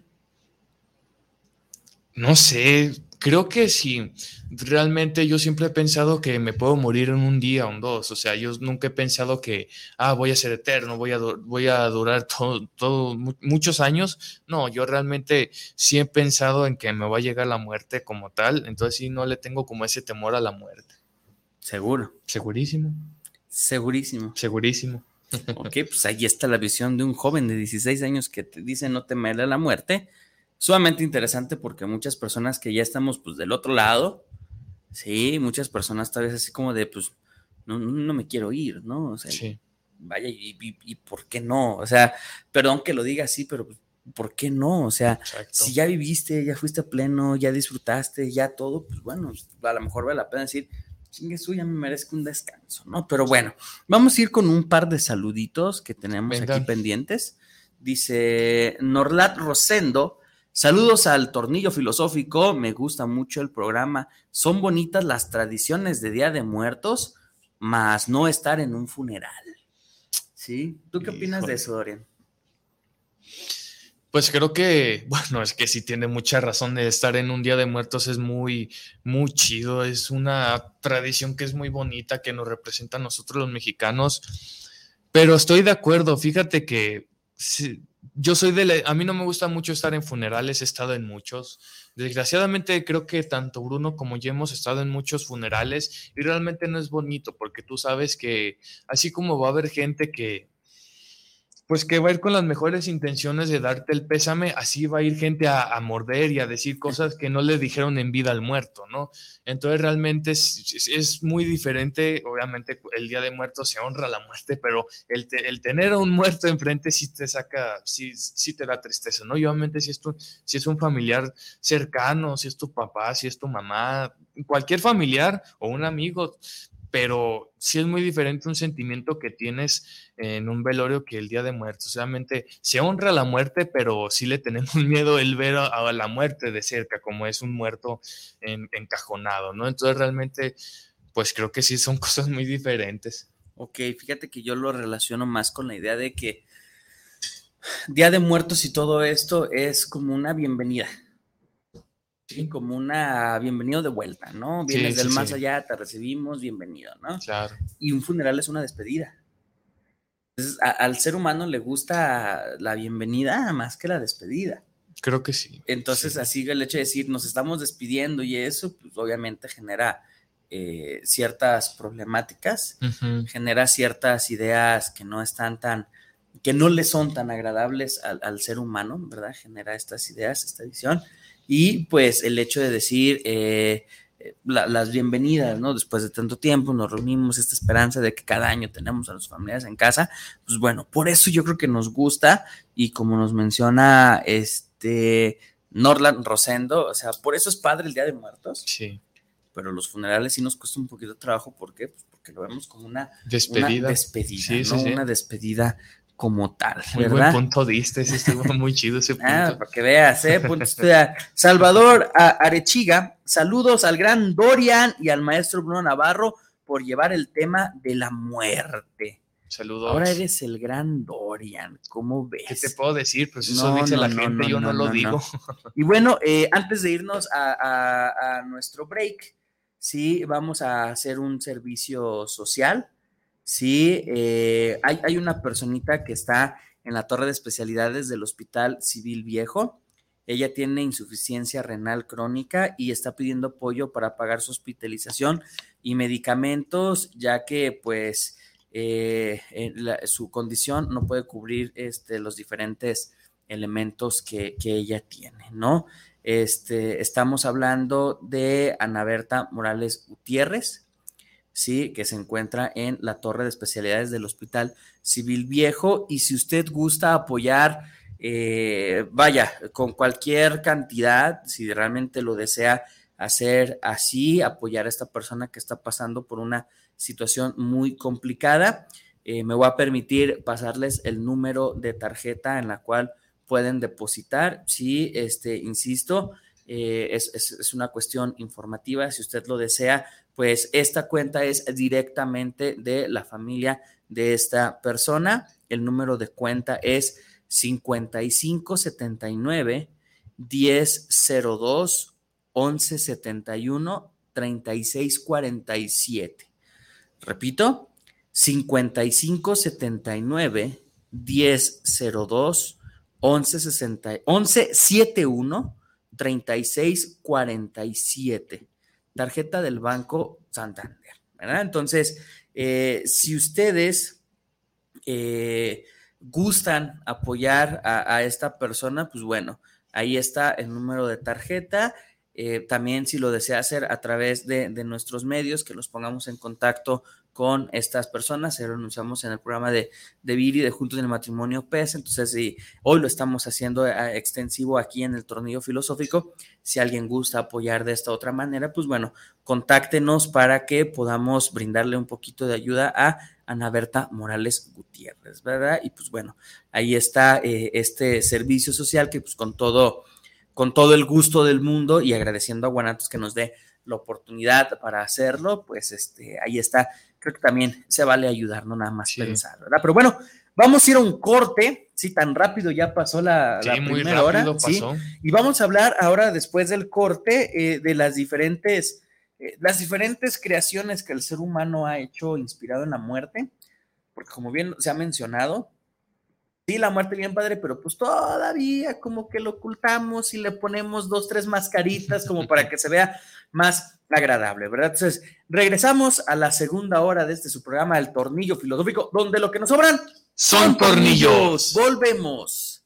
No sé, creo que sí. Realmente yo siempre he pensado que me puedo morir en un día o en dos. O sea, yo nunca he pensado que, voy a ser eterno, voy a durar muchos años. No, yo realmente sí he pensado en que me va a llegar la muerte como tal. Entonces sí, no le tengo como ese temor a la muerte. Seguro, Segurísimo, segurísimo. segurísimo. Ok, pues ahí está la visión de un joven de 16 años que te dice no temerle a la muerte. Sumamente interesante porque muchas personas que ya estamos pues del otro lado, sí, muchas personas tal vez así como de pues no me quiero ir, ¿no? O sea, Sí, vaya, y ¿por qué no? O sea, perdón que lo diga así, pero pues, ¿por qué no? O sea, Exacto. si ya viviste, ya fuiste a pleno, ya disfrutaste, ya todo, pues bueno, a lo mejor vale la pena decir, chingue suya, me merezco un descanso, ¿no? Pero bueno, vamos a ir con un par de saluditos que tenemos Venga. aquí pendientes. Dice Norlat Rosendo, saludos al Tornillo Filosófico, me gusta mucho el programa, son bonitas las tradiciones de Día de Muertos, más no estar en un funeral. ¿Sí? ¿Tú qué opinas de eso, Dorian? Pues creo que, bueno, es que sí tiene mucha razón de estar en un Día de Muertos, es muy, muy chido, es una tradición que es muy bonita, que nos representa a nosotros los mexicanos, pero estoy de acuerdo, fíjate que sí, yo soy a mí no me gusta mucho estar en funerales, he estado en muchos, desgraciadamente creo que tanto Bruno como yo hemos estado en muchos funerales y realmente no es bonito, porque tú sabes que así como va a haber gente pues que va a ir con las mejores intenciones de darte el pésame, así va a ir gente a morder y a decir cosas que no le dijeron en vida al muerto, ¿no? Entonces realmente es muy diferente, obviamente el Día de Muertos se honra la muerte, pero el tener a un muerto enfrente sí te saca, sí te da tristeza, ¿no? Y obviamente si es un familiar cercano, si es tu papá, si es tu mamá, cualquier familiar o un amigo, pero sí es muy diferente un sentimiento que tienes en un velorio que el Día de Muertos. Obviamente se honra la muerte, pero sí le tenemos miedo el ver a la muerte de cerca, como es un muerto encajonado, ¿no? Entonces realmente, pues creo que sí son cosas muy diferentes. Ok, fíjate que yo lo relaciono más con la idea de que Día de Muertos y todo esto es como una bienvenida. Sí, como una bienvenido de vuelta, ¿no? Vienes Sí, del sí, más sí. allá, te recibimos, bienvenido, ¿no? Claro. Y un funeral es una despedida. Entonces, al ser humano le gusta la bienvenida más que la despedida. Creo que sí. Entonces, sí. así el hecho de decir nos estamos despidiendo y eso, pues obviamente genera ciertas problemáticas, genera ciertas ideas que no están que no le son tan agradables al ser humano, ¿verdad? Genera estas ideas, esta visión. Y pues el hecho de decir las bienvenidas, ¿no? Después de tanto tiempo nos reunimos, esta esperanza de que cada año tenemos a los familiares en casa, pues bueno, por eso yo creo que nos gusta y como nos menciona Norland Rosendo, o sea, por eso es padre el Día de Muertos. Sí. Pero los funerales sí nos cuesta un poquito de trabajo, ¿por qué? Pues porque lo vemos como una despedida, sí, ¿no? Sí. Una despedida como tal, muy ¿verdad? Buen punto diste, ese estuvo muy chido ese punto. Para que veas, Salvador Arechiga, saludos al gran Dorian y al maestro Bruno Navarro por llevar el tema de la muerte. Saludos. Ahora eres el gran Dorian, ¿cómo ves? ¿Qué te puedo decir? Pues eso dice la gente, yo no lo digo. Y bueno, antes de irnos a nuestro break, sí, vamos a hacer un servicio social. Sí, hay una personita que está en la torre de especialidades del Hospital Civil Viejo. Ella tiene insuficiencia renal crónica y está pidiendo apoyo para pagar su hospitalización y medicamentos, ya que pues su condición no puede cubrir los diferentes elementos que ella tiene, ¿no? Estamos hablando de Ana Berta Morales Gutiérrez, sí, que se encuentra en la torre de especialidades del Hospital Civil Viejo. Y si usted gusta apoyar, vaya, con cualquier cantidad, si realmente lo desea hacer así, apoyar a esta persona que está pasando por una situación muy complicada, me voy a permitir pasarles el número de tarjeta en la cual pueden depositar. Sí, insisto, es una cuestión informativa. Si usted lo desea, pues esta cuenta es directamente de la familia de esta persona. El número de cuenta es 5579 1002 1171 3647. Repito, 5579 1002 1171 3647. Tarjeta del Banco Santander, ¿verdad? Entonces, si ustedes gustan apoyar a esta persona, pues bueno, ahí está el número de tarjeta. también si lo desea hacer a través de nuestros medios, que los pongamos en contacto con estas personas. Se lo anunciamos en el programa de Viri, de Juntos en el Matrimonio PES. Entonces, hoy lo estamos haciendo extensivo aquí en el Tornillo Filosófico. Si alguien gusta apoyar de esta otra manera, pues bueno, contáctenos para que podamos brindarle un poquito de ayuda a Ana Berta Morales Gutiérrez, ¿verdad? Y pues bueno, ahí está este servicio social que pues con todo el gusto del mundo y agradeciendo a Guanatos que nos dé la oportunidad para hacerlo, pues ahí está. Creo que también se vale ayudar, no nada más pensar, ¿verdad? Pero bueno, vamos a ir a un corte, sí, tan rápido ya pasó la primera hora, ¿sí? Y vamos a hablar ahora, después del corte, de las diferentes creaciones que el ser humano ha hecho inspirado en la muerte, porque como bien se ha mencionado, sí, la muerte bien padre, pero pues todavía como que lo ocultamos y le ponemos 2, 3 mascaritas como para que se vea más agradable, ¿verdad? Entonces, regresamos a la segunda hora de su programa, El Tornillo Filosófico, donde lo que nos sobran son tornillos. Volvemos.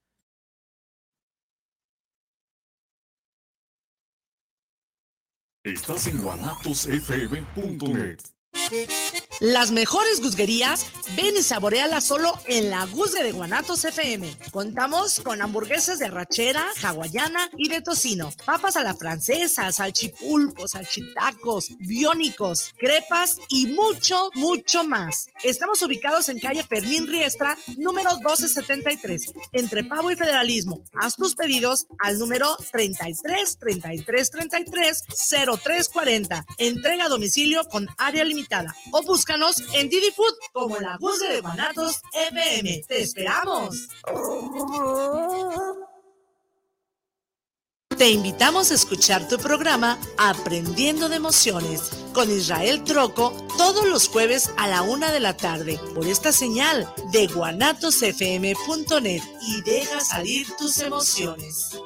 Estás en guanatosfm.net. Las mejores guzguerías, ven y saborealas solo en la Guzgue de Guanatos FM. Contamos con hamburguesas de arrachera, hawaiana y de tocino, papas a la francesa, salchipulpos, salchitacos, biónicos, crepas y mucho, mucho más. Estamos ubicados en calle Fermín Riestra, número 1273, entre Pavo y Federalismo. Haz tus pedidos al número 33 33 33 0340. Entrega a domicilio con área limitada. O búscanos en Didi Food como la Guzgue de Guanatos FM. ¡Te esperamos! Te invitamos a escuchar tu programa Aprendiendo de Emociones con Israel Troco todos los jueves a la 1:00 p.m. por esta señal de guanatosfm.net y deja salir tus emociones.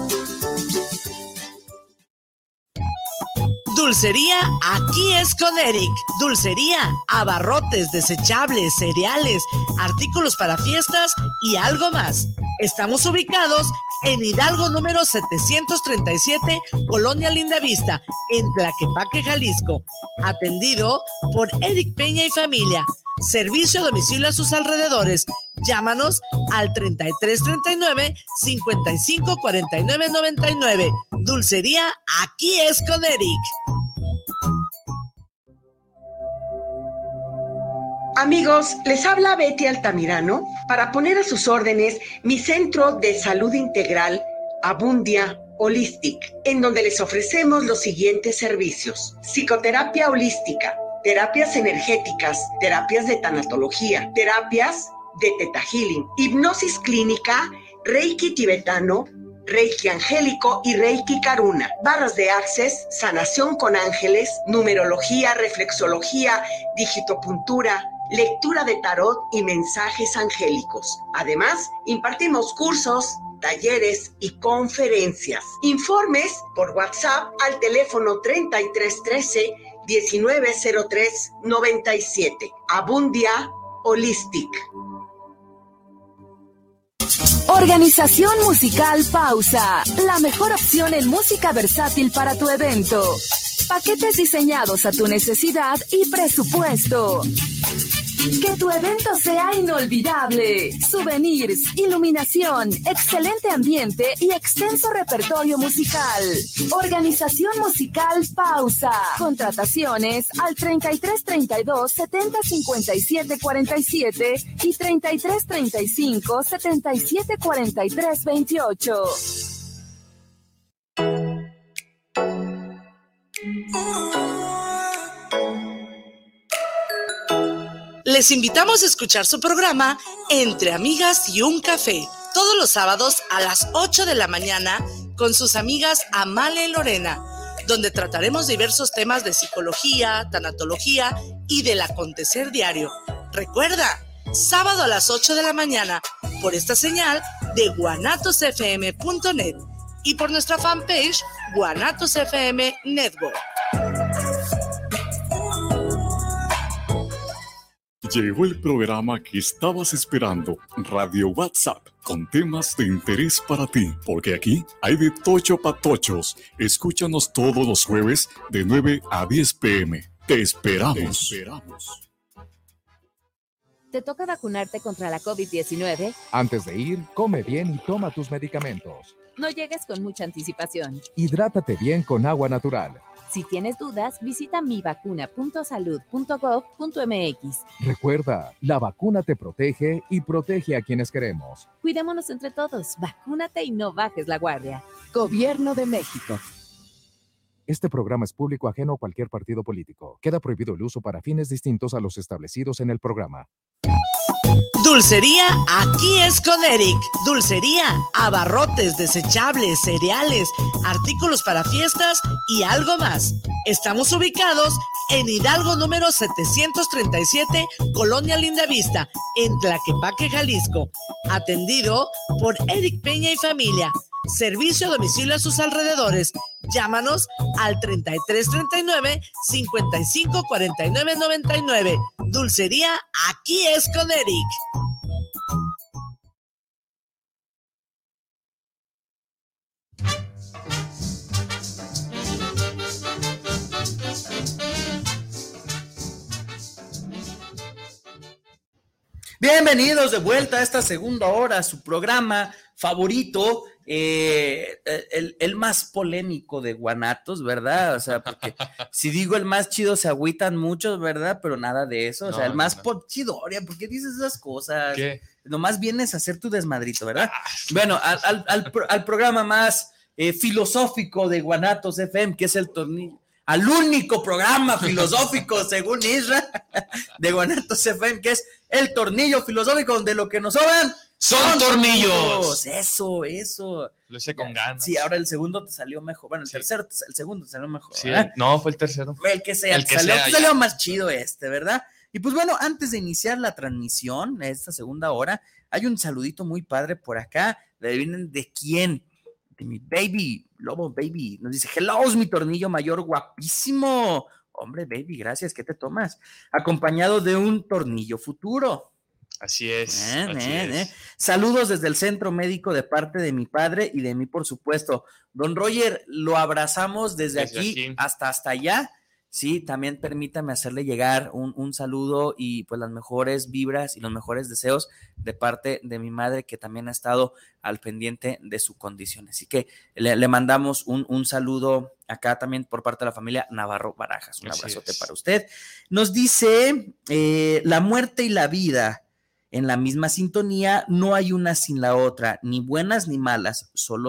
Dulcería Aquí es con Eric. Dulcería, abarrotes, desechables, cereales, artículos para fiestas y algo más. Estamos ubicados en Hidalgo número 737, Colonia Lindavista, en Tlaquepaque, Jalisco. Atendido por Eric Peña y familia. Servicio a domicilio a sus alrededores. Llámanos al 3339 5549 99. Dulcería Aquí es con Eric. Amigos, les habla Betty Altamirano para poner a sus órdenes mi centro de salud integral Abundia Holistic, en donde les ofrecemos los siguientes servicios: psicoterapia holística, terapias energéticas, terapias de tanatología, terapias de Theta Healing, hipnosis clínica, Reiki tibetano, Reiki angélico y Reiki Karuna, barras de Access, sanación con ángeles, numerología, reflexología, digitopuntura, lectura de tarot y mensajes angélicos. Además, impartimos cursos, talleres y conferencias. Informes por WhatsApp al teléfono 3313 1903 97. Abundia Holistic. Organización musical Pausa, la mejor opción en música versátil para tu evento. Paquetes diseñados a tu necesidad y presupuesto. Que tu evento sea inolvidable. Souvenirs, iluminación, excelente ambiente y extenso repertorio musical. Organización musical Pausa. Contrataciones al 3332 70 57 47 y 3335 77 43 28. Les invitamos a escuchar su programa Entre Amigas y un Café, todos los sábados a las 8 de la mañana con sus amigas Amale y Lorena, donde trataremos diversos temas de psicología, tanatología y del acontecer diario. Recuerda, sábado a las 8 de la mañana por esta señal de guanatosfm.net y por nuestra fanpage Guanatos FM Network. Llegó el programa que estabas esperando, Radio WhatsApp, con temas de interés para ti, porque aquí hay de tocho pa' tochos. Escúchanos todos los jueves de 9 a 10 p.m. Te esperamos. ¿Te toca vacunarte contra la COVID-19? Antes de ir, come bien y toma tus medicamentos. No llegues con mucha anticipación. Hidrátate bien con agua natural. Si tienes dudas, visita mivacuna.salud.gov.mx. Recuerda, la vacuna te protege y protege a quienes queremos. Cuidémonos entre todos. Vacúnate y no bajes la guardia. Gobierno de México. Este programa es público ajeno a cualquier partido político. Queda prohibido el uso para fines distintos a los establecidos en el programa. Dulcería, aquí es con Eric. Dulcería, abarrotes, desechables, cereales, artículos para fiestas y algo más. Estamos ubicados en Hidalgo número 737, Colonia Lindavista, en Tlaquepaque, Jalisco. Atendido por Eric Peña y familia. Servicio a domicilio a sus alrededores. Llámanos al 3339 5549 99. Dulcería, aquí es con Eric. Bienvenidos de vuelta a esta segunda hora, su programa favorito, el más polémico de Guanatos, ¿verdad? O sea, porque si digo el más chido se agüitan muchos, ¿verdad? Pero nada de eso, o sea, el más chidoria, ¿por qué dices esas cosas? ¿Qué? Nomás vienes a hacer tu desmadrito, ¿verdad? Bueno, al programa más filosófico de Guanatos FM, que es el tornillo. Al único programa filosófico, según Isra, de Guanatos FM, que es el tornillo filosófico, donde lo que nos sobran son tornillos. Eso. Lo hice con ganas. Sí, ahora el segundo te salió mejor. Bueno, el segundo te salió mejor. Sí, no, fue el tercero. El que sea, te salió más chido ¿verdad? Y pues bueno, antes de iniciar la transmisión, esta segunda hora, hay un saludito muy padre por acá. ¿Adivinen de quién? De mi baby, Lobo Baby, nos dice, hello, mi tornillo mayor guapísimo. Hombre, baby, gracias, ¿qué te tomas? Acompañado de un tornillo futuro. Así es. Saludos desde el centro médico de parte de mi padre y de mí, por supuesto. Don Roger, lo abrazamos desde aquí hasta allá. Sí, también permítame hacerle llegar un saludo y pues las mejores vibras y los mejores deseos de parte de mi madre, que también ha estado al pendiente de su condición. Así que le mandamos un saludo acá también por parte de la familia Navarro Barajas. Un abrazote para usted. Nos dice, la muerte y la vida en la misma sintonía, no hay una sin la otra, ni buenas ni malas, solo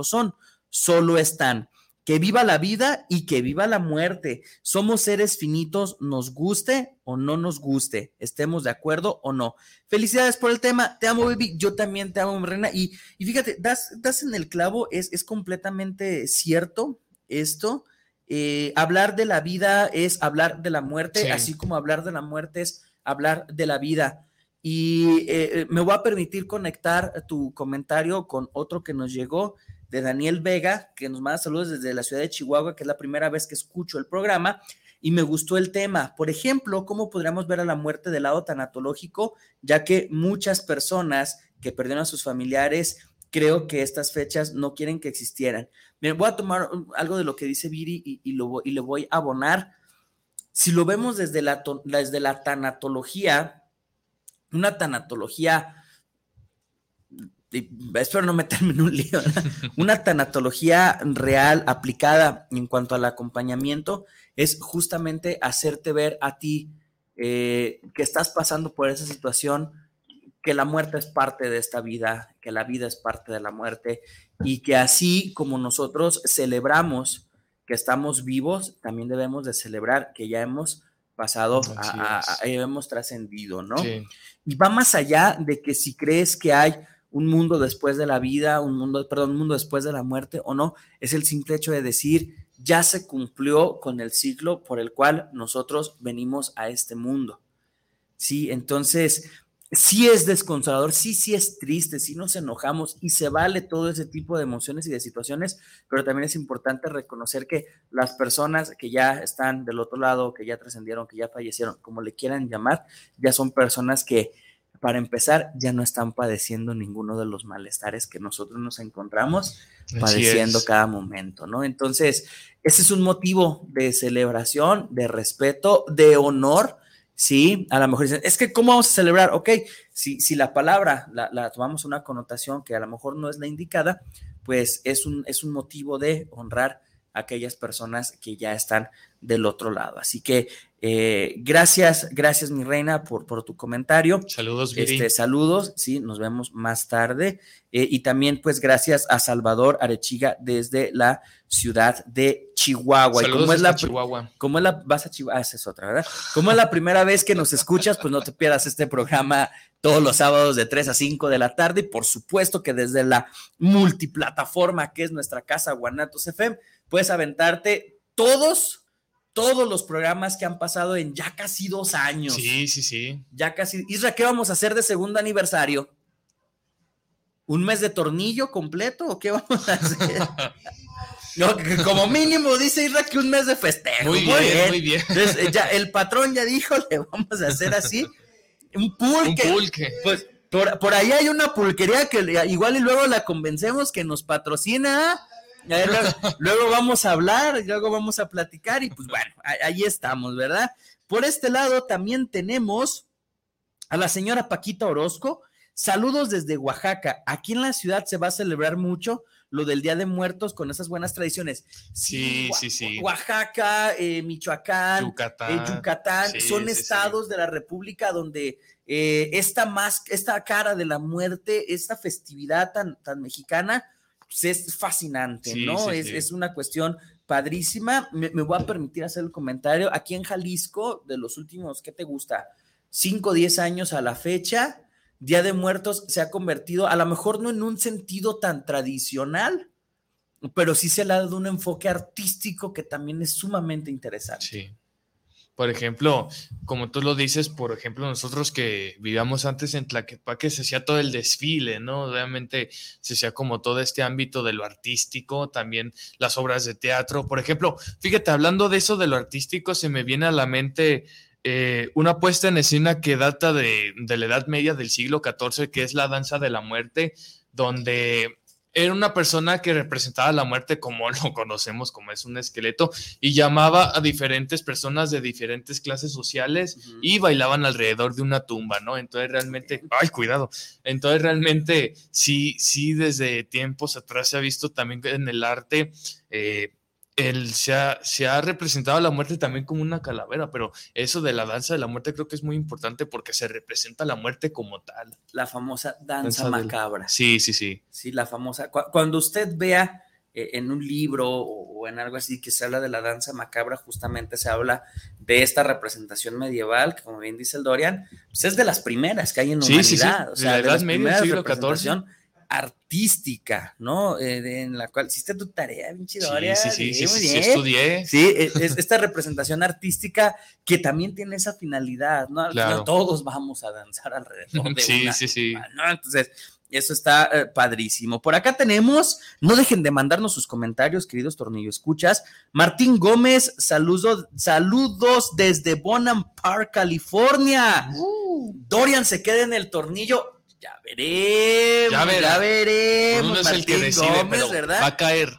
están. Que viva la vida y que viva la muerte. Somos seres finitos, nos guste o no nos guste, estemos de acuerdo o no. Felicidades por el tema, te amo, baby, yo también te amo, mi reina. Y fíjate, das en el clavo, es completamente cierto esto. Hablar de la vida es hablar de la muerte, así como hablar de la muerte es hablar de la vida. Y me voy a permitir conectar tu comentario con otro que nos llegó, de Daniel Vega, que nos manda saludos desde la ciudad de Chihuahua, que es la primera vez que escucho el programa, y me gustó el tema. Por ejemplo, ¿cómo podríamos ver a la muerte del lado tanatológico? Ya que muchas personas que perdieron a sus familiares, creo que estas fechas no quieren que existieran. Miren, voy a tomar algo de lo que dice Viri y le voy a abonar. Si lo vemos desde la tanatología, una tanatología, espero no meterme en un lío, ¿verdad? Una tanatología real aplicada en cuanto al acompañamiento es justamente hacerte ver a ti que estás pasando por esa situación, que la muerte es parte de esta vida, que la vida es parte de la muerte, y que así como nosotros celebramos que estamos vivos, también debemos de celebrar que ya hemos pasado, hemos trascendido, ¿no? Sí. Y va más allá de que si crees que hay un mundo después de la vida, un mundo después de la muerte o no, es el simple hecho de decir, ya se cumplió con el ciclo por el cual nosotros venimos a este mundo. Sí, entonces, sí es desconsolador, sí es triste, sí nos enojamos y se vale todo ese tipo de emociones y de situaciones, pero también es importante reconocer que las personas que ya están del otro lado, que ya trascendieron, que ya fallecieron, como le quieran llamar, ya son personas que, para empezar, ya no están padeciendo ninguno de los malestares que nosotros nos encontramos padeciendo cada momento, ¿no? Entonces, ese es un motivo de celebración, de respeto, de honor. Sí, a lo mejor dicen, es que ¿cómo vamos a celebrar? Ok, si la palabra la tomamos una connotación que a lo mejor no es la indicada, pues es un motivo de honrar a aquellas personas que ya están del otro lado. Así que gracias mi reina por tu comentario. Saludos, Viri. Saludos, sí, nos vemos más tarde. Y también pues gracias a Salvador Arechiga desde la ciudad de Chihuahua. Saludos a Chihuahua. Vas a Chihuahua, esa es otra, ¿verdad? Como es la primera vez que nos escuchas, pues no te pierdas este programa todos los sábados de 3 a 5 de la tarde y por supuesto que desde la multiplataforma que es nuestra casa Guanatos FM, puedes aventarte todos los programas que han pasado en ya casi 2 años. Sí. Ya casi. Isra, ¿qué vamos a hacer de segundo aniversario? ¿Un mes de tornillo completo o qué vamos a hacer? No, como mínimo dice Isra que un mes de festejo. Muy bien. Entonces, ya, el patrón ya dijo, le vamos a hacer así. Un pulque. Pues por ahí hay una pulquería que igual y luego la convencemos que nos patrocina. Luego vamos a hablar, luego vamos a platicar y pues bueno, ahí estamos, ¿verdad? Por este lado también tenemos a la señora Paquita Orozco. Saludos desde Oaxaca. Aquí en la ciudad se va a celebrar mucho lo del Día de Muertos con esas buenas tradiciones. Sí. Oaxaca, Michoacán, Yucatán, son estados de la República donde esta cara de la muerte, esta festividad tan mexicana, pues es fascinante, ¿no? Es una cuestión padrísima. Me voy a permitir hacer el comentario. Aquí en Jalisco, de los últimos, ¿qué te gusta? 5 o 10 años a la fecha, Día de Muertos se ha convertido, a lo mejor no en un sentido tan tradicional, pero sí se le ha dado un enfoque artístico que también es sumamente interesante. Sí. Por ejemplo, como tú lo dices, por ejemplo, nosotros que vivíamos antes en Tlaquepaque se hacía todo el desfile, ¿no? Realmente se hacía como todo este ámbito de lo artístico, también las obras de teatro. Por ejemplo, fíjate, hablando de eso de lo artístico, se me viene a la mente una puesta en escena que data de la Edad Media del siglo XIV, que es la danza de la muerte, donde era una persona que representaba la muerte como lo conocemos, como es un esqueleto, y llamaba a diferentes personas de diferentes clases sociales y bailaban alrededor de una tumba, ¿no? Entonces realmente, entonces realmente sí, desde tiempos atrás se ha visto también en el arte, se ha representado a la muerte también como una calavera, pero eso de la danza de la muerte creo que es muy importante porque se representa la muerte como tal. La famosa danza macabra. Sí. Sí, la famosa. Cuando usted vea en un libro o en algo así que se habla de la danza macabra, justamente se habla de esta representación medieval, que como bien dice el Dorian, pues es de las primeras que hay en la humanidad. O sea, de las primeras representación artística, ¿no? En la cual hiciste tu tarea, pinche Dorian. Sí, estudié. Sí, esta representación artística que también tiene esa finalidad, ¿no? Al final todos vamos a danzar alrededor de una tumba, ¿no? Entonces, eso está padrísimo. Por acá tenemos, no dejen de mandarnos sus comentarios, queridos Tornillo Escuchas. Martín Gómez, saludos desde Bonham Park, California. Dorian se queda en el tornillo. Ya veremos. Uno es el que decide, Gómez, pero ¿verdad? va a caer.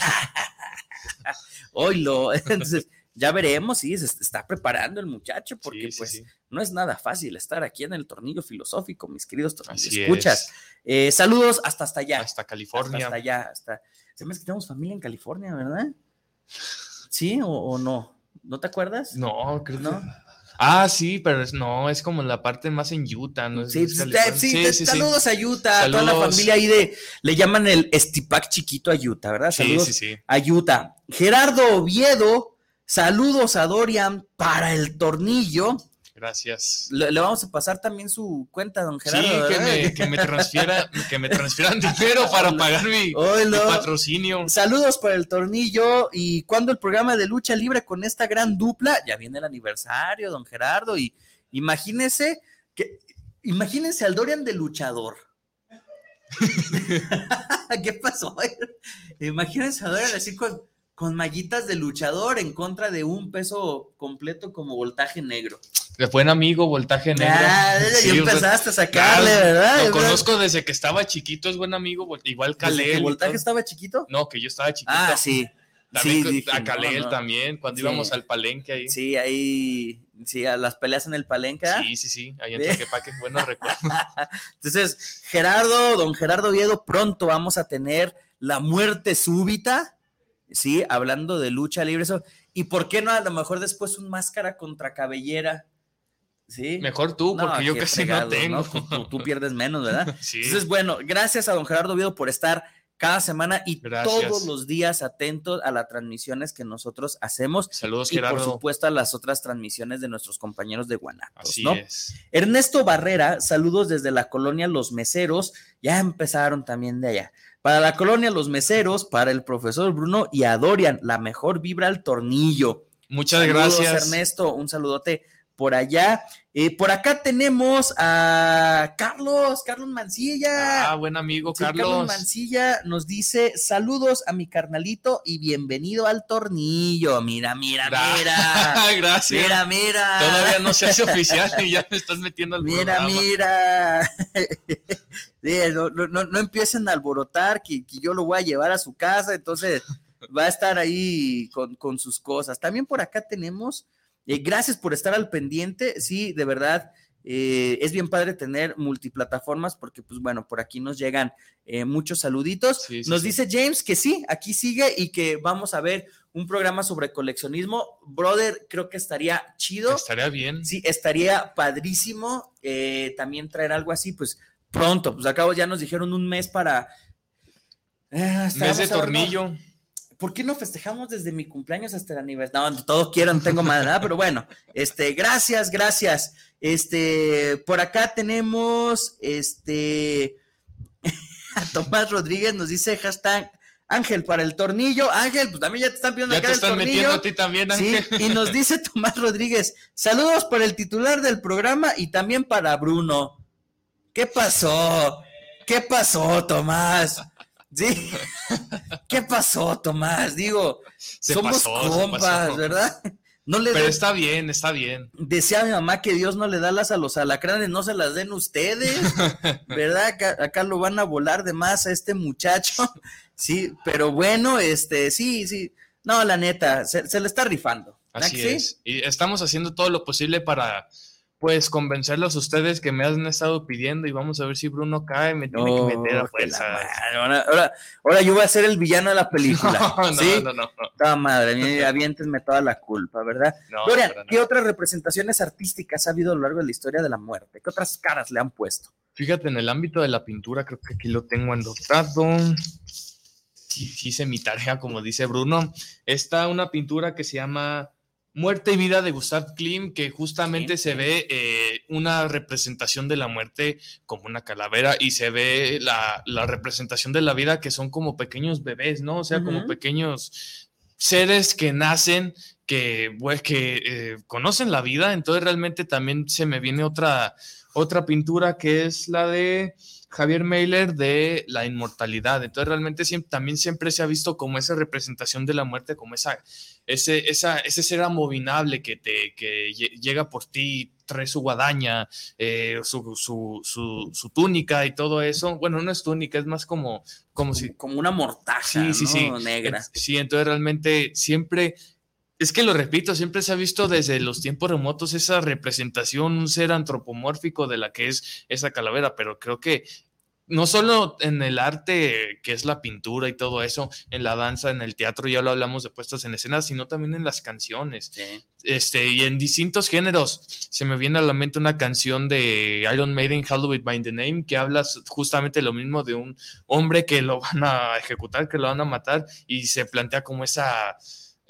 Oílo. Entonces, ya veremos, sí, se está preparando el muchacho, porque no es nada fácil estar aquí en el Tornillo Filosófico, mis queridos Tornillo Escuchas. Saludos hasta allá. Hasta California. Hasta allá. Se me hace que tenemos familia en California, ¿verdad? ¿Sí o no? ¿No te acuerdas? No, creo que no. Sí, pero es como la parte más en Utah, ¿no? Saludos a Utah, a toda la familia ahí le llaman el Estipac chiquito a Utah, ¿verdad? Saludos a Utah. Gerardo Oviedo, saludos a Dorian para el Tornillo. Gracias. Le vamos a pasar también su cuenta, don Gerardo. Sí, que me transfieran dinero para pagar mi patrocinio. Saludos para el Tornillo. ¿Y cuándo el programa de lucha libre con esta gran dupla? Ya viene el aniversario, don Gerardo. Y imagínese que Imagínense al Dorian de luchador. ¿Qué pasó? Imagínense a Dorian así con mallitas de luchador en contra de un peso completo como voltaje negro. De buen amigo, voltaje negro. Sí, empezaste a sacarle, ¿verdad? Lo conozco desde que estaba chiquito, es buen amigo, igual Kalel. ¿Que voltaje estaba chiquito? No, que yo estaba chiquito. Sí. También sí, dije, a Kalel también, cuando íbamos al palenque ahí. Sí, ahí, a las peleas en el palenque. Sí, ahí en Tlaquepaque, buenos recuerdos. Entonces, don Gerardo Oviedo, pronto vamos a tener la muerte súbita, sí, hablando de lucha libre, eso. Y por qué no, a lo mejor después un máscara contra cabellera. ¿Sí? Mejor tú, porque yo casi no tengo. ¿no? Tú pierdes menos, ¿verdad? Sí. Entonces, bueno, gracias a don Gerardo Oviedo por estar cada semana y todos los días atentos a las transmisiones que nosotros hacemos. Saludos, y Gerardo. Por supuesto a las otras transmisiones de nuestros compañeros de Guanatos. Así ¿no? es. Ernesto Barrera, saludos desde la colonia Los Meseros. Ya empezaron también de allá. Para la colonia Los Meseros, para el profesor Bruno y a Dorian, la mejor vibra al tornillo. Muchas gracias, Ernesto, un saludote por allá. Por acá tenemos a Carlos Mancilla. Buen amigo, sí, Carlos. Carlos Mancilla nos dice, saludos a mi carnalito y bienvenido al tornillo. Mira. Gracias. Mira. Todavía no se hace oficial y ya me estás metiendo al programa. Mira. No empiecen a alborotar que yo lo voy a llevar a su casa, entonces va a estar ahí con sus cosas. También por acá tenemos... gracias por estar al pendiente, sí, de verdad, es bien padre tener multiplataformas porque, pues bueno, por aquí nos llegan muchos saluditos. Sí, nos dice James que sí, aquí sigue y que vamos a ver un programa sobre coleccionismo. Brother, creo que estaría chido. Estaría bien. Sí, estaría padrísimo también traer algo así, pues pronto, pues acabo, ya nos dijeron un mes para... mes de tornillo. ¿Por qué no festejamos desde mi cumpleaños hasta el aniversario? No, todos quiero, no tengo más nada, pero bueno, gracias. Por acá tenemos, a Tomás Rodríguez nos dice hashtag Ángel para el tornillo. Ángel, pues también ya te están pidiendo acá el tornillo. Ya te están metiendo a ti también, Ángel. Sí, y nos dice Tomás Rodríguez, saludos para el titular del programa y también para Bruno. ¿Qué pasó, Tomás? Sí, ¿qué pasó, Tomás? Digo, somos compas, ¿verdad? Pero está bien. Decía mi mamá que Dios no le da las a los alacranes, no se las den ustedes, ¿verdad? Acá lo van a volar de más a este muchacho, sí, pero bueno, sí, no, la neta, se le está rifando. Así es, y estamos haciendo todo lo posible para... pues convencerlos a ustedes que me han estado pidiendo y vamos a ver si Bruno cae, me tiene que meter a fuerza. Ahora yo voy a ser el villano de la película. ¿sí? No. Toda madre, aviéntenme toda la culpa, ¿verdad? Dorian, ¿qué otras representaciones artísticas ha habido a lo largo de la historia de la muerte? ¿Qué otras caras le han puesto? Fíjate, en el ámbito de la pintura, creo que aquí lo tengo anotado. Sí, hice mi tarea, como dice Bruno. Está una pintura que se llama... Muerte y vida de Gustav Klimt, que justamente se ve una representación de la muerte como una calavera y se ve la representación de la vida que son como pequeños bebés, ¿no? O sea, como pequeños seres que nacen, que conocen la vida. Entonces realmente también se me viene otra pintura que es la de Javier Meyler de la inmortalidad. Entonces realmente también siempre se ha visto como esa representación de la muerte, como ese ser abominable que llega por ti, trae su guadaña, su túnica y todo eso. Bueno, no es túnica, es más como una mortaja, sí, negra. Sí, entonces realmente siempre... Es que lo repito, siempre se ha visto desde los tiempos remotos esa representación, un ser antropomórfico de la que es esa calavera, pero creo que no solo en el arte, que es la pintura y todo eso, en la danza, en el teatro, ya lo hablamos de puestas en escena, sino también en las canciones. Sí. Y en distintos géneros. Se me viene a la mente una canción de Iron Maiden, Hallowed by the Name, que habla justamente lo mismo de un hombre que lo van a ejecutar, que lo van a matar, y se plantea como esa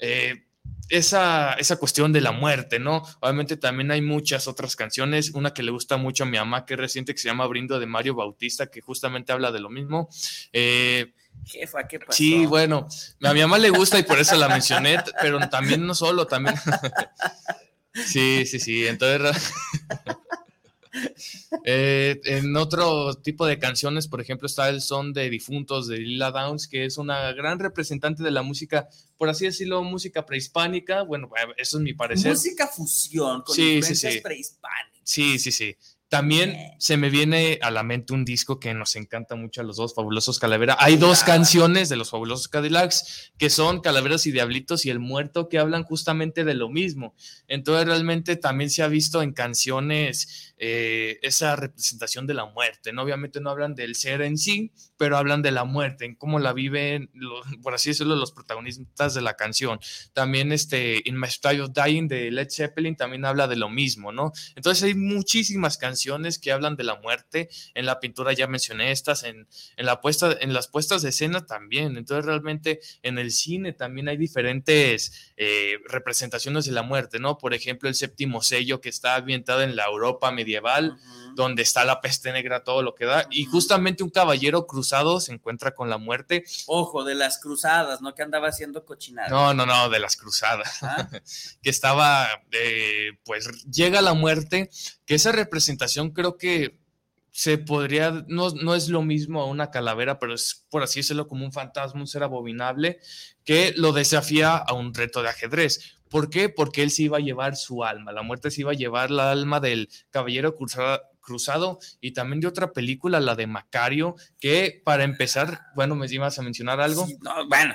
cuestión de la muerte, ¿no? Obviamente también hay muchas otras canciones, una que le gusta mucho a mi mamá, que es reciente, que se llama Brindo, de Mario Bautista, que justamente habla de lo mismo. Jefa, ¿qué pasó? Sí, bueno, a mi mamá le gusta y por eso la mencioné, pero también no solo, también... Sí, entonces... En otro tipo de canciones, por ejemplo, está el Son de Difuntos de Lila Downs, que es una gran representante de la música, por así decirlo, música prehispánica. Bueno, eso es mi parecer. Música fusión con influencias prehispánicas. Sí. También se me viene a la mente un disco que nos encanta mucho a los dos, Fabulosos Calavera. Hay dos canciones de los Fabulosos Cadillacs que son Calaveras y Diablitos y El Muerto, que hablan justamente de lo mismo. Entonces realmente también se ha visto en canciones esa representación de la muerte, ¿no? Obviamente no hablan del ser en sí, pero hablan de la muerte, en cómo la viven, por así decirlo, los protagonistas de la canción. También In My Style of Dying de Led Zeppelin también habla de lo mismo, ¿no? Entonces hay muchísimas canciones que hablan de la muerte. En la pintura ya mencioné estas, en las puestas de escena también. Entonces realmente en el cine también hay diferentes representaciones de la muerte, ¿no? Por ejemplo, El Séptimo Sello, que está ambientado en la Europa medieval, donde está la peste negra, todo lo que da, y justamente un caballero cruzado se encuentra con la muerte. Ojo, de las cruzadas, ¿no? Que andaba haciendo cochinada. No, de las cruzadas. Que estaba, pues llega la muerte, que esa representación creo que se podría, no es lo mismo a una calavera, pero es, por así decirlo, como un fantasma, un ser abominable, que lo desafía a un reto de ajedrez. ¿Por qué? Porque él se iba a llevar su alma, la muerte se iba a llevar la alma del caballero cruzado, y también de otra película, la de Macario, que para empezar, bueno, me ibas a mencionar algo. Sí, no, bueno,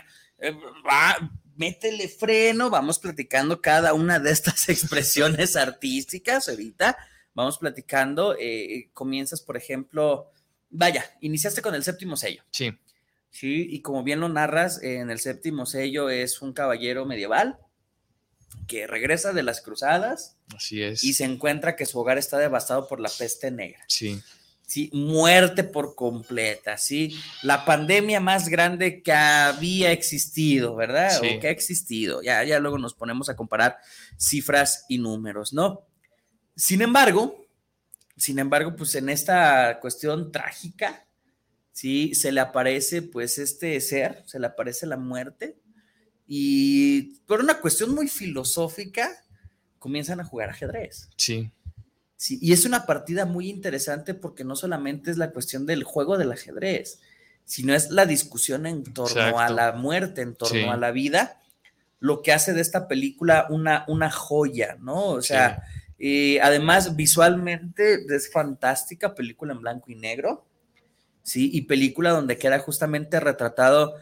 métele freno, vamos platicando cada una de estas expresiones artísticas ahorita, vamos platicando, comienzas, por ejemplo, iniciaste con El Séptimo Sello. Sí. Sí, y como bien lo narras, en El Séptimo Sello es un caballero medieval que regresa de las cruzadas. Así es. Y se encuentra que su hogar está devastado por la peste negra. Sí. Sí, muerte por completa, sí. La pandemia más grande que había existido, ¿verdad? Sí. O que ha existido. Ya luego nos ponemos a comparar cifras y números, ¿no? Sin embargo, pues en esta cuestión trágica, sí, se le aparece pues se le aparece la muerte, y por una cuestión muy filosófica comienzan a jugar ajedrez. Sí. Sí, y es una partida muy interesante porque no solamente es la cuestión del juego del ajedrez, sino es la discusión en torno a la muerte, en torno a la vida, lo que hace de esta película una joya, ¿no? O sea, además visualmente es fantástica, película en blanco y negro, ¿sí? Y película donde queda justamente retratado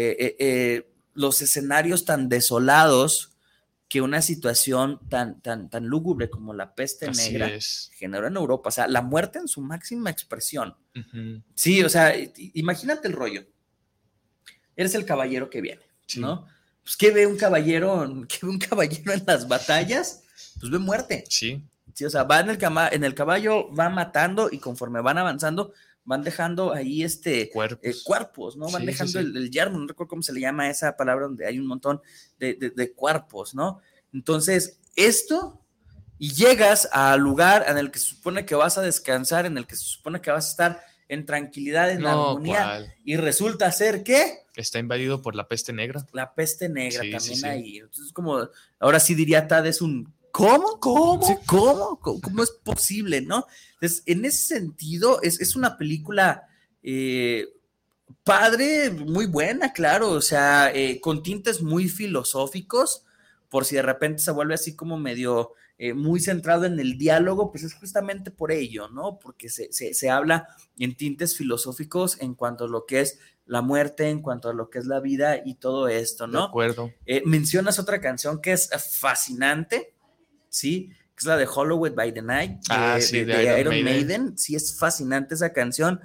los escenarios tan desolados que una situación tan lúgubre como la peste negra generó en Europa. O sea, la muerte en su máxima expresión. Uh-huh. Sí, o sea, imagínate el rollo. Eres el caballero que viene, ¿no? Pues, ¿qué ve un caballero en las batallas? Pues ve muerte. Sí. Sí, o sea, va en el caballo, va matando, y conforme van avanzando, van dejando ahí cuerpos, ¿no? Van dejando el yermo, no recuerdo cómo se le llama esa palabra, donde hay un montón de cuerpos, ¿no? Entonces, y llegas al lugar en el que se supone que vas a descansar, en el que se supone que vas a estar en tranquilidad, en armonía, y resulta ser que está invadido por la peste negra. La peste negra también ahí. Entonces, como, ahora sí diría Tad, es un ¿cómo? Sí, ¿Cómo es posible, no? Entonces, en ese sentido, es una película padre, muy buena, claro, o sea, con tintes muy filosóficos, por si de repente se vuelve así como medio muy centrado en el diálogo, pues es justamente por ello, ¿no? Porque se habla en tintes filosóficos en cuanto a lo que es la muerte, en cuanto a lo que es la vida y todo esto, ¿no? De acuerdo. Mencionas otra canción que es fascinante, ¿sí? Que es la de Halloween by the Night, de Iron Maiden. Sí, es fascinante esa canción.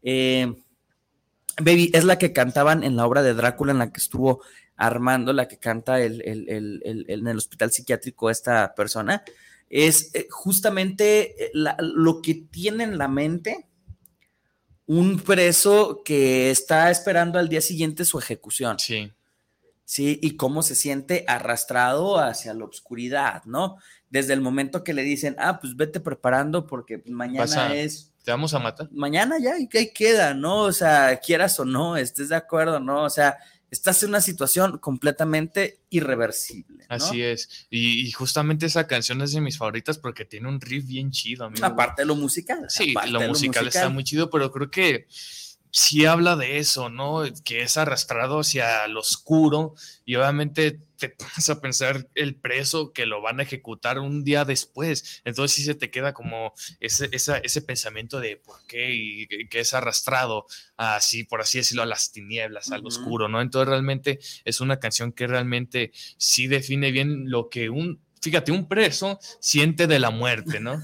Baby, es la que cantaban en la obra de Drácula, en la que estuvo Armando, la que canta en el hospital psiquiátrico esta persona. Es justamente lo que tiene en la mente un preso que está esperando al día siguiente su ejecución. Sí. Sí, y cómo se siente arrastrado hacia la oscuridad, ¿no? Desde el momento que le dicen, pues vete preparando porque mañana te vamos a matar. Mañana ya, y ahí queda, ¿no? O sea, quieras o no, estés de acuerdo, ¿no? O sea, estás en una situación completamente irreversible, ¿no? Así es. Y justamente esa canción es de mis favoritas porque tiene un riff bien chido, amigo. Aparte de lo musical. Sí, lo musical está muy chido, pero creo que sí habla de eso, ¿no? Que es arrastrado hacia lo oscuro y obviamente te pones a pensar el preso que lo van a ejecutar un día después. Entonces sí se te queda como ese pensamiento de por qué y que es arrastrado así, por así decirlo, a las tinieblas, al oscuro, ¿no? Entonces realmente es una canción que realmente sí define bien lo que un preso siente de la muerte, ¿no?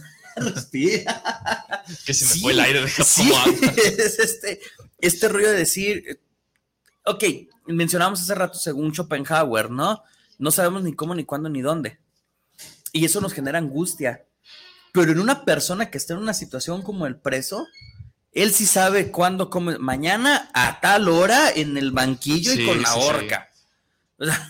Respira. Que se me fue el aire de sí, es este rollo de decir, ok, mencionamos hace rato según Schopenhauer, ¿no? No sabemos ni cómo, ni cuándo, ni dónde. Y eso nos genera angustia. Pero en una persona que está en una situación como el preso, él sí sabe cuándo, cómo, mañana a tal hora en el banquillo y con la horca. O sea,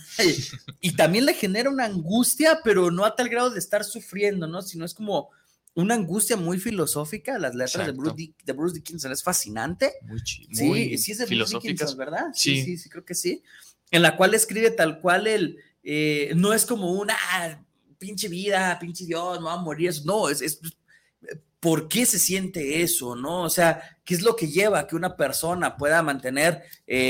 y también le genera una angustia, pero no a tal grado de estar sufriendo, ¿no? Sino es como una angustia muy filosófica. Las letras de Bruce Dickinson es fascinante. Sí, es de Bruce Dickinson, ¿verdad? Sí, creo que sí. En la cual escribe tal cual no es como una pinche vida, pinche Dios, me va a morir. No, es ¿por qué se siente eso, no? O sea, ¿qué es lo que lleva a que una persona pueda mantener,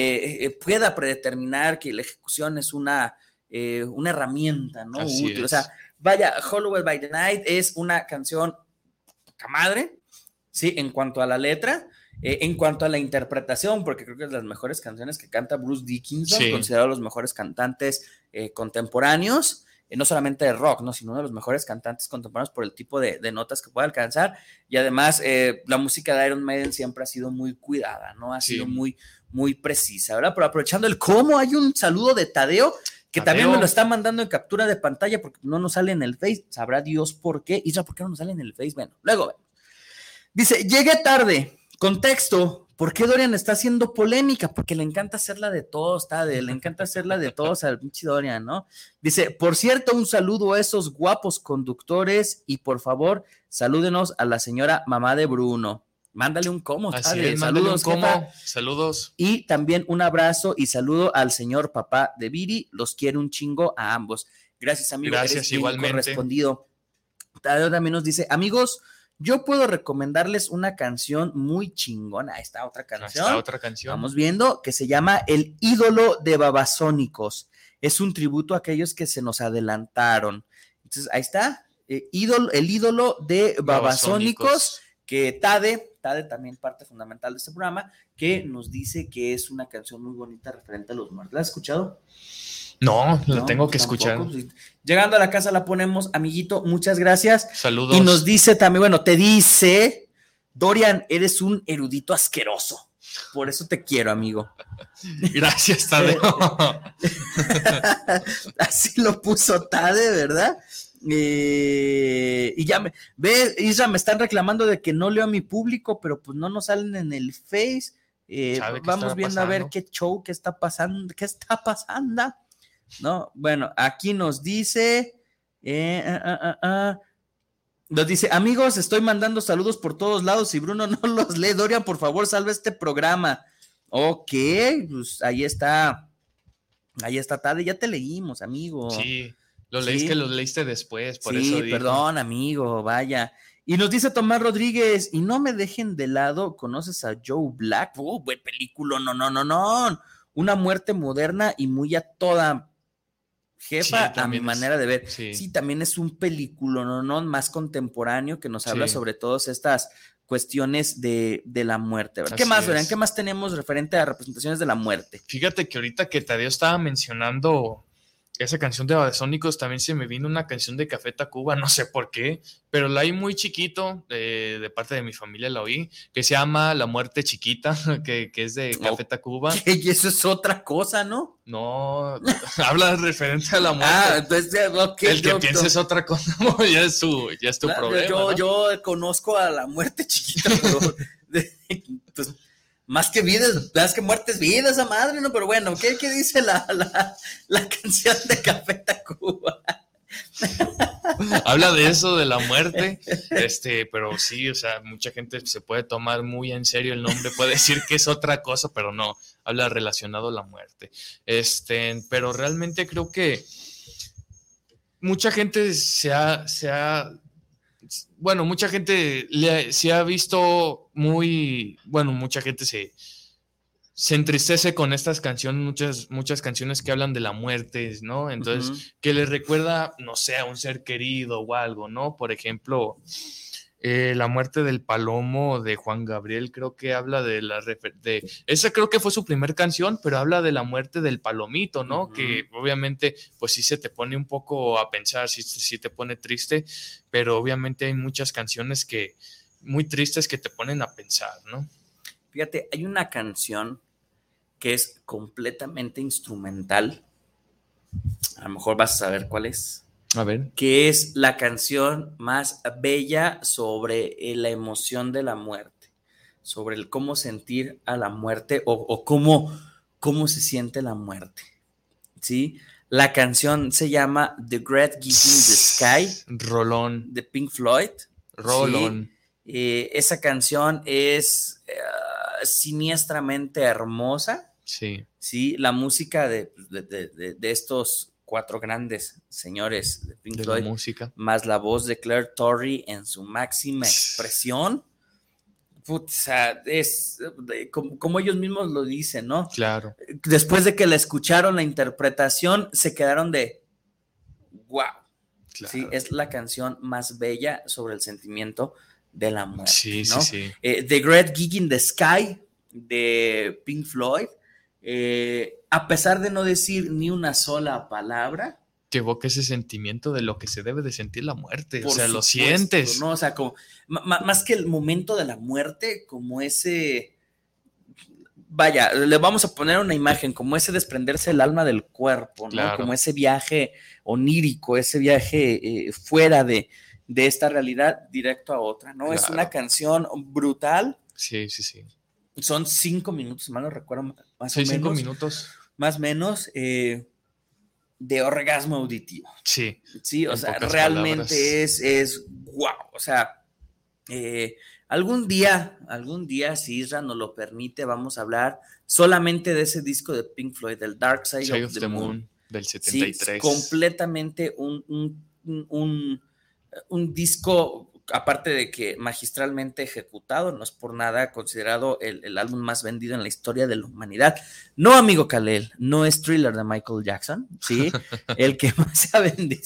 pueda predeterminar que la ejecución es una herramienta, ¿no? Útil. O sea, vaya, Holloway by the Night es una canción poca madre, ¿sí? En cuanto a la letra, en cuanto a la interpretación, porque creo que es de las mejores canciones que canta Bruce Dickinson, considerado los mejores cantantes contemporáneos, no solamente de rock, ¿no? Sino uno de los mejores cantantes contemporáneos por el tipo de notas que puede alcanzar, y además la música de Iron Maiden siempre ha sido muy cuidada, ¿no? Ha sido muy, muy precisa, ¿verdad? Pero aprovechando el cómo, hay un saludo de Tadeo, que también me lo está mandando en captura de pantalla porque no nos sale en el Face, sabrá Dios por qué. Isra, ¿por qué no nos sale en el Face? Bueno, luego vemos. Dice, llegué tarde, contexto, ¿por qué Dorian está haciendo polémica? Porque le encanta hacerla de todos, Tade, le encanta hacerla de todos al pinche Dorian, ¿no? Dice, por cierto, un saludo a esos guapos conductores y por favor, salúdenos a la señora mamá de Bruno. Mándale un cómo, Tade. Saludos, saludos. Y también un abrazo y saludo al señor papá de Viri. Los quiero un chingo a ambos. Gracias, amigo. Gracias, igualmente. Correspondido. Tadeo también nos dice, amigos, yo puedo recomendarles una canción muy chingona. Esta otra canción. Vamos viendo, que se llama El ídolo de Babasónicos. Es un tributo a aquellos que se nos adelantaron. Entonces, ahí está. El ídolo de Babasónicos, que Tade también parte fundamental de este programa, que nos dice que es una canción muy bonita referente a los muertos. ¿La has escuchado? No, la tengo que escuchar. Llegando a la casa la ponemos, amiguito, muchas gracias. Saludos. Y nos dice también, te dice, Dorian, eres un erudito asqueroso. Por eso te quiero, amigo. Gracias, Tadeo. Así lo puso Tade, ¿verdad? Y ya Isra, me están reclamando de que no leo a mi público, pero pues no nos salen en el Face. Vamos viendo a ver qué show, qué está pasando, ¿no? Bueno, aquí nos dice, nos dice, amigos, estoy mandando saludos por todos lados y Bruno no los lee. Dorian, por favor, salva este programa. Ok, pues ahí está Tade, ya te leímos, amigo. Sí. Lo leíste después, por eso digo. Perdón, amigo, vaya. Y nos dice Tomás Rodríguez, y no me dejen de lado, ¿conoces a Joe Black? Buen película, no. Una muerte moderna y muy a toda jefa, a mi manera de ver. Sí, también es un película, no, más contemporáneo, que nos habla sobre todas estas cuestiones de la muerte. ¿Qué más, Dorian? ¿Qué más tenemos referente a representaciones de la muerte? Fíjate que ahorita que Tadeo estaba mencionando esa canción de Babasónicos, también se me vino una canción de Café Tacuba, no sé por qué, pero la oí muy chiquito, de parte de mi familia la oí, que se llama La Muerte Chiquita, que es de Café Tacuba. Y eso es otra cosa, ¿no? No, habla referente a la muerte. Entonces, el que pienses otra cosa, ya es tu problema. Yo conozco a La Muerte Chiquita, pero pues, más que muertes, vida esa madre, ¿no? Pero bueno, ¿qué dice la canción de Café Tacuba? Habla de eso, de la muerte, pero sí, o sea, mucha gente se puede tomar muy en serio el nombre, puede decir que es otra cosa, pero no, habla relacionado a la muerte. Pero realmente creo que mucha gente mucha gente se ha visto mucha gente se entristece con estas canciones, muchas canciones que hablan de la muerte, ¿no? Entonces, que les recuerda, no sé, a un ser querido o algo, ¿no? Por ejemplo, La muerte del palomo de Juan Gabriel, creo que habla esa creo que fue su primer canción, pero habla de la muerte del palomito, ¿no? Que obviamente, pues sí se te pone un poco a pensar, sí te pone triste, pero obviamente hay muchas canciones muy tristes que te ponen a pensar, ¿no? Fíjate, hay una canción que es completamente instrumental, a lo mejor vas a saber cuál es. A ver. Que es la canción más bella sobre la emoción de la muerte, sobre el cómo sentir a la muerte o cómo se siente la muerte, ¿sí? La canción se llama The Great Gig in the Sky. Rolón. De Pink Floyd. Rolón. ¿Sí? Esa canción es siniestramente hermosa. Sí. Sí, la música de estos 4 grandes señores de Pink Floyd, música, más la voz de Claire Torrey en su máxima expresión. O sea, es como ellos mismos lo dicen, ¿no? Claro. Después de que la escucharon la interpretación, se quedaron de wow. Claro. Sí, es la canción más bella sobre el sentimiento de la muerte. Sí, ¿no? sí. The Great Gig in the Sky de Pink Floyd. A pesar de no decir ni una sola palabra, que evoca ese sentimiento de lo que se debe de sentir la muerte, o sea, supuesto, lo sientes, ¿no? O sea, como más que el momento de la muerte, como ese, vaya, le vamos a poner una imagen, como ese desprenderse el alma del cuerpo, ¿no? Claro. Como ese viaje onírico, ese viaje fuera de esta realidad directo a otra, ¿no? Claro. Es una canción brutal. Sí. Son 5 minutos, mal no recuerdo, más o menos. 5 minutos. Más o menos, de orgasmo auditivo. Sí. Sí, o sea, realmente es wow. O sea, algún día, si Isra nos lo permite, vamos a hablar solamente de ese disco de Pink Floyd, del Dark Side of the Moon. Del 73. Sí, completamente un disco, aparte de que magistralmente ejecutado, no es por nada considerado el álbum más vendido en la historia de la humanidad. No, amigo Kalel, no es Thriller de Michael Jackson, ¿sí? El que más se ha vendido.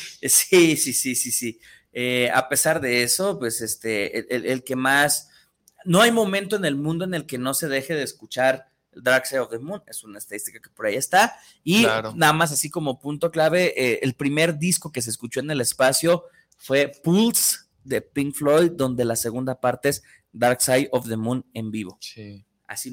Sí. A pesar de eso, pues el que más... No hay momento en el mundo en el que no se deje de escuchar Dark Side of the Moon, es una estadística que por ahí está. Y claro, nada más así como punto clave, el primer disco que se escuchó en el espacio fue Pulse de Pink Floyd, donde la segunda parte es Dark Side of the Moon en vivo. Sí. Así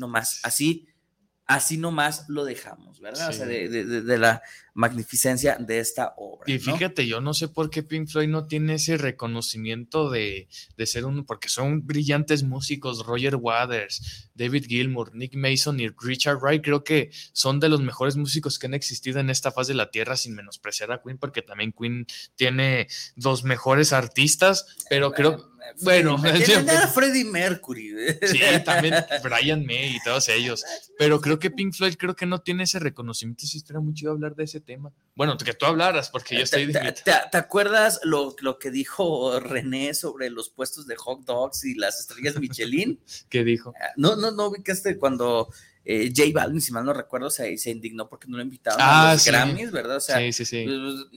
nomás lo dejamos, ¿verdad? Sí. O sea, de la magnificencia de esta obra. Y fíjate, ¿no? Yo no sé por qué Pink Floyd no tiene ese reconocimiento de ser porque son brillantes músicos. Roger Waters, David Gilmour, Nick Mason y Richard Wright, creo que son de los mejores músicos que han existido en esta faz de la tierra, sin menospreciar a Queen, porque también Queen tiene 2 mejores artistas, pero creo... Bueno, Freddie Mercury. Sí, también Brian May y todos ellos. Pero creo que Pink Floyd no tiene ese reconocimiento. Sí, estaría muy chido hablar de ese tema. Bueno, que tú hablaras, porque yo estoy... ¿Te acuerdas lo que dijo René sobre los puestos de hot dogs y las estrellas Michelin? ¿Qué dijo? No ubicaste cuando J Balvin, si mal no recuerdo, se indignó porque no lo invitaron a los Grammys, ¿verdad? O sea, sí.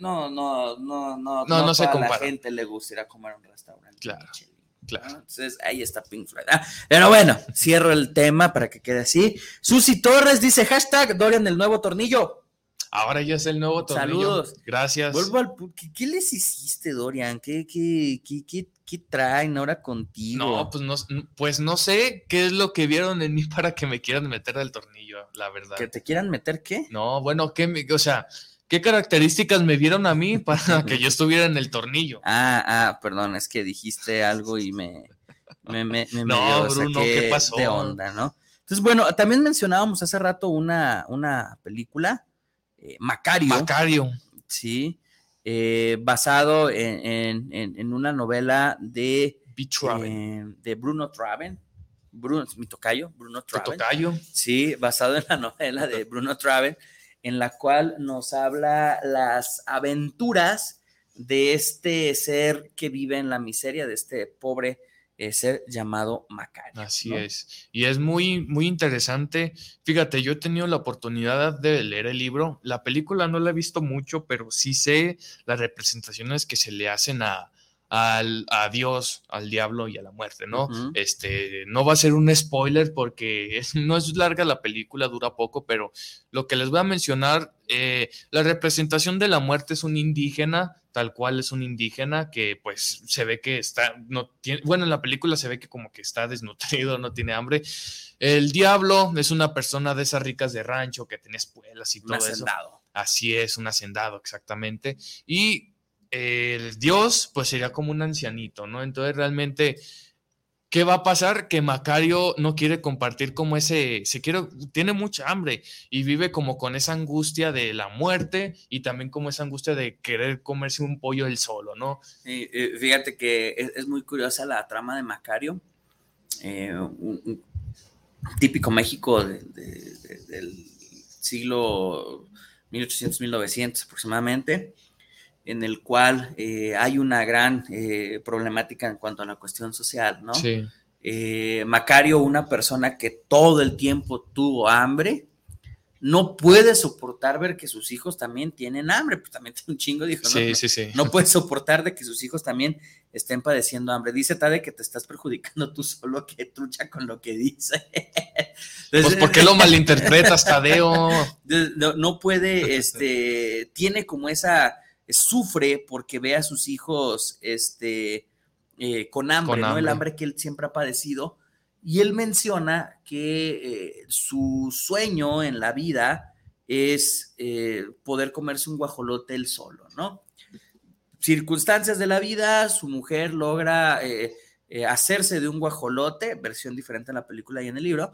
No se compara. A la gente le gusta ir a comer a un restaurante. Claro. Claro. Entonces ahí está Pink Floyd. Pero bueno, cierro el tema para que quede así. Susi Torres dice hashtag Dorian el nuevo tornillo. Ahora ya es el nuevo tornillo. Saludos. Gracias. ¿Qué les hiciste, Dorian? ¿Qué traen ahora contigo? No, pues no sé qué es lo que vieron en mí para que me quieran meter al tornillo, la verdad. ¿Que te quieran meter qué? No, bueno, ¿qué características me vieron a mí para que yo estuviera en el tornillo? Perdón, es que dijiste algo y me no, Bruno, ¿qué pasó? De onda, ¿no? Entonces, bueno, también mencionábamos hace rato una película, Macario. Macario. Sí, basado en una novela de Bruno Traven. Mi tocayo, Bruno Traven. Sí, basado en la novela de Bruno Traven, en la cual nos habla las aventuras de este ser que vive en la miseria, de este pobre ser llamado Macario. Así, ¿no? es. Y es muy, muy interesante. Fíjate, yo he tenido la oportunidad de leer el libro. La película no la he visto mucho, pero sí sé las representaciones que se le hacen a Dios, al diablo y a la muerte, ¿no? Uh-huh. No va a ser un spoiler porque no es larga la película, dura poco, pero lo que les voy a mencionar, la representación de la muerte es un indígena, tal cual es un indígena que pues se ve que en la película se ve que como que está desnutrido, no tiene hambre. El diablo es una persona de esas ricas de rancho que tiene espuelas y todo eso. Un hacendado. Así es, un hacendado, exactamente. Y el Dios, pues sería como un ancianito, ¿no? Entonces realmente, ¿qué va a pasar? Que Macario no quiere compartir como tiene mucha hambre y vive como con esa angustia de la muerte y también como esa angustia de querer comerse un pollo él solo, ¿no? Fíjate que es muy curiosa la trama de Macario, un típico México del siglo 1800-1900 aproximadamente, en el cual hay una gran problemática en cuanto a la cuestión social, ¿no? Sí. Macario, una persona que todo el tiempo tuvo hambre, no puede soportar ver que sus hijos también tienen hambre, pues también tiene un chingo de hijos, ¿no? Sí. No puede soportar de que sus hijos también estén padeciendo hambre. Dice Tade que te estás perjudicando tú solo, que trucha con lo que dice. Pues ¿por qué lo malinterpretas, Tadeo? No puede, tiene como sufre porque ve a sus hijos con hambre, ¿no? El hambre que él siempre ha padecido. Y él menciona que su sueño en la vida es poder comerse un guajolote él solo, ¿no? Circunstancias de la vida, su mujer logra hacerse de un guajolote, versión diferente en la película y en el libro,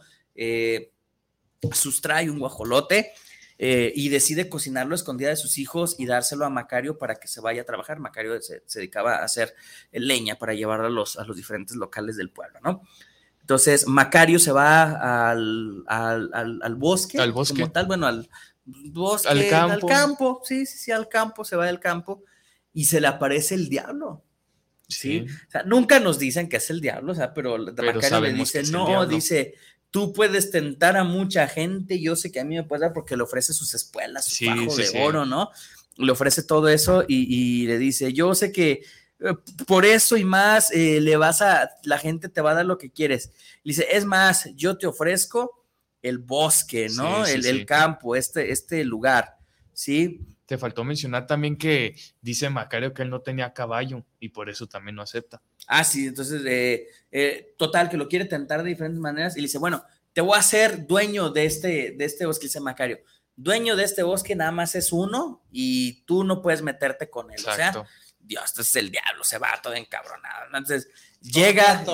sustrae un guajolote y decide cocinarlo a escondida de sus hijos y dárselo a Macario para que se vaya a trabajar. Macario se dedicaba a hacer leña para llevarlo a los diferentes locales del pueblo, ¿no? Entonces Macario se va al bosque. Al bosque. Como tal, bueno, al bosque, al campo. Sí, al campo, se va del campo y se le aparece el diablo. Sí. O sea, nunca nos dicen que es el diablo, o sea, pero Macario le dice, no, dice, tú puedes tentar a mucha gente, yo sé que a mí me puedes dar, porque le ofrece sus espuelas, su fajo de oro, ¿no? Le ofrece todo eso y le dice, yo sé que por eso y más la gente te va a dar lo que quieres. Le dice, es más, yo te ofrezco el bosque, ¿no? El campo, este lugar, ¿sí? Te faltó mencionar también que dice Macario que él no tenía caballo y por eso también no acepta. Ah, sí, entonces, total, que lo quiere tentar de diferentes maneras y le dice, bueno, te voy a hacer dueño de este bosque, dice Macario. Dueño de este bosque nada más es uno y tú no puedes meterte con él. Exacto. O sea, Dios, este es el diablo, se va todo encabronado, ¿no? Entonces, llega.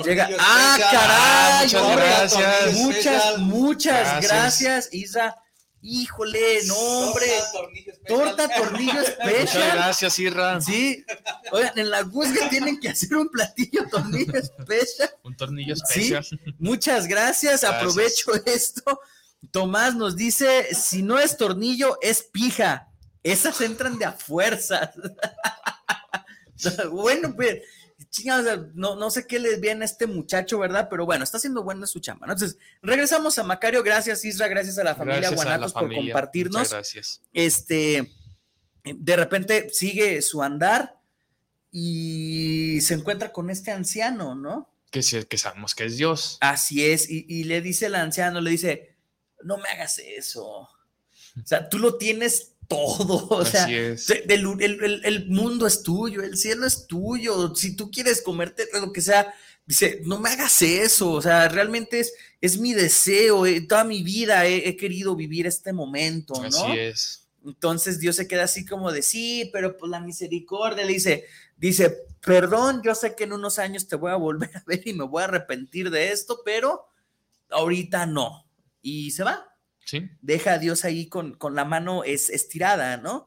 ¡Ah, caray! Muchas gracias, Isra. Híjole, no, hombre. Torta, tornillo especial. Muchas gracias, Isra. Sí. Oigan, en la Guzga tienen que hacer un platillo tornillo especial. Un tornillo especial. Sí. Muchas gracias. Aprovecho esto. Tomás nos dice, si no es tornillo, es pija. Esas entran de a fuerzas. Bueno, pues, chingados, no sé qué les viene a este muchacho, ¿verdad? Pero bueno, está haciendo buena su chamba, ¿no? Entonces, regresamos a Macario. Gracias, Isra, gracias a la familia Guanatos por compartirnos. Muchas gracias. De repente sigue su andar y se encuentra con este anciano, ¿no? Que sabemos que es Dios. Así es, y le dice el anciano, le dice, no me hagas eso. O sea, tú lo tienes todo, o sea, el mundo es tuyo, el cielo es tuyo, si tú quieres comerte lo que sea, dice, no me hagas eso, o sea, realmente es mi deseo, toda mi vida he querido vivir este momento, ¿no? Así es. Entonces Dios se queda así como de, sí, pero pues la misericordia, le dice, perdón, yo sé que en unos años te voy a volver a ver y me voy a arrepentir de esto, pero ahorita no, y se va. Sí. Deja a Dios ahí con la mano estirada, ¿no?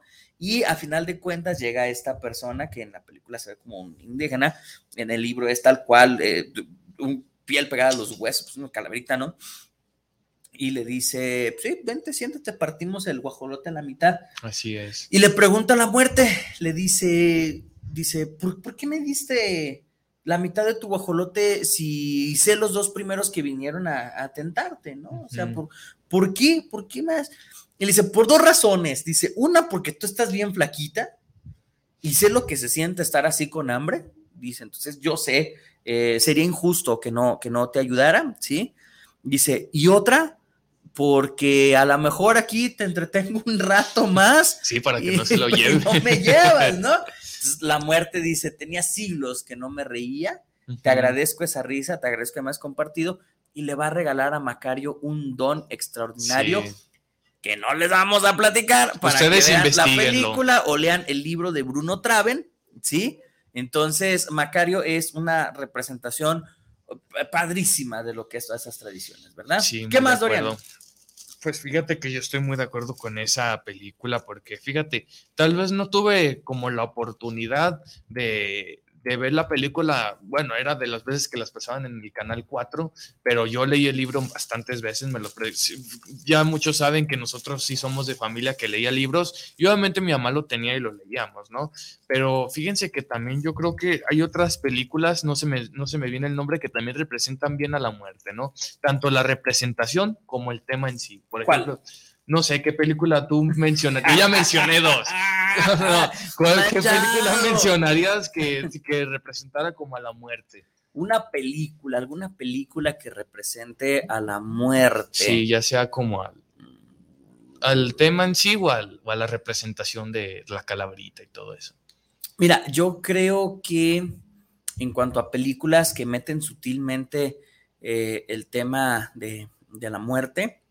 Y a final de cuentas llega esta persona que en la película se ve como un indígena, en el libro es tal cual, un piel pegada a los huesos, pues una calaverita, ¿no? Y le dice, sí, vente, siéntate, partimos el guajolote a la mitad. Así es. Y le pregunta a la muerte, le dice, ¿por qué me diste la mitad de tu guajolote si sé los 2 primeros que vinieron a tentarte, ¿no? O sea, ¿por qué? ¿Por qué más? Y le dice, por 2 razones. Dice, una, porque tú estás bien flaquita y sé lo que se siente estar así con hambre. Dice, entonces yo sé, sería injusto que no te ayudara, ¿sí? Dice, y otra, porque a lo mejor aquí te entretengo un rato más. Sí, para que no se lo lleve. No me llevas, ¿no? Entonces, la muerte dice, tenía siglos que no me reía, te agradezco esa risa, te agradezco que me has compartido, y le va a regalar a Macario un don extraordinario que no les vamos a platicar para ustedes que vean la película o lean el libro de Bruno Traven, ¿sí? Entonces, Macario es una representación padrísima de lo que es todas esas tradiciones, ¿verdad? Sí, ¿Qué más, Dorian? Pues fíjate que yo estoy muy de acuerdo con esa película porque fíjate, tal vez no tuve como la oportunidad de ver la película, bueno, era de las veces que las pasaban en el Canal 4, pero yo leí el libro bastantes veces, ya muchos saben que nosotros sí somos de familia que leía libros, y obviamente mi mamá lo tenía y lo leíamos, ¿no? Pero fíjense que también yo creo que hay otras películas, no se me viene el nombre, que también representan bien a la muerte, ¿no? Tanto la representación como el tema en sí. Por ejemplo, no sé qué película tú mencionas, yo ya mencioné 2. ¿Qué película mencionarías que representara como a la muerte? Alguna película que represente a la muerte. Sí, ya sea como al tema en sí o a la representación de la calaverita y todo eso. Mira, yo creo que en cuanto a películas que meten sutilmente el tema de la muerte,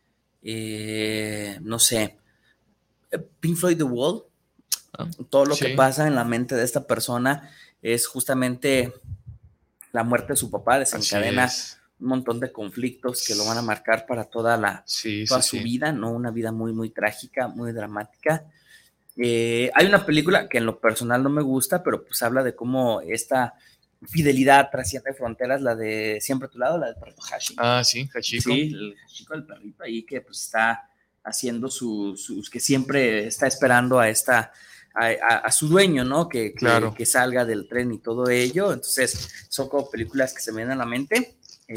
no sé, Pink Floyd The Wall, todo lo que pasa en la mente de esta persona es justamente la muerte de su papá, desencadena un montón de conflictos que lo van a marcar para toda su vida, ¿no? Una vida muy, muy trágica, muy dramática. Hay una película que en lo personal no me gusta, pero pues habla de cómo esta fidelidad trasciende fronteras, la de Siempre a tu lado, la del perrito Hashi. Sí, Hachiko. Sí, el Hachiko, el perrito ahí que pues está haciendo que siempre está esperando a su dueño, ¿no? Que salga del tren y todo ello. Entonces, son como películas que se me vienen a la mente.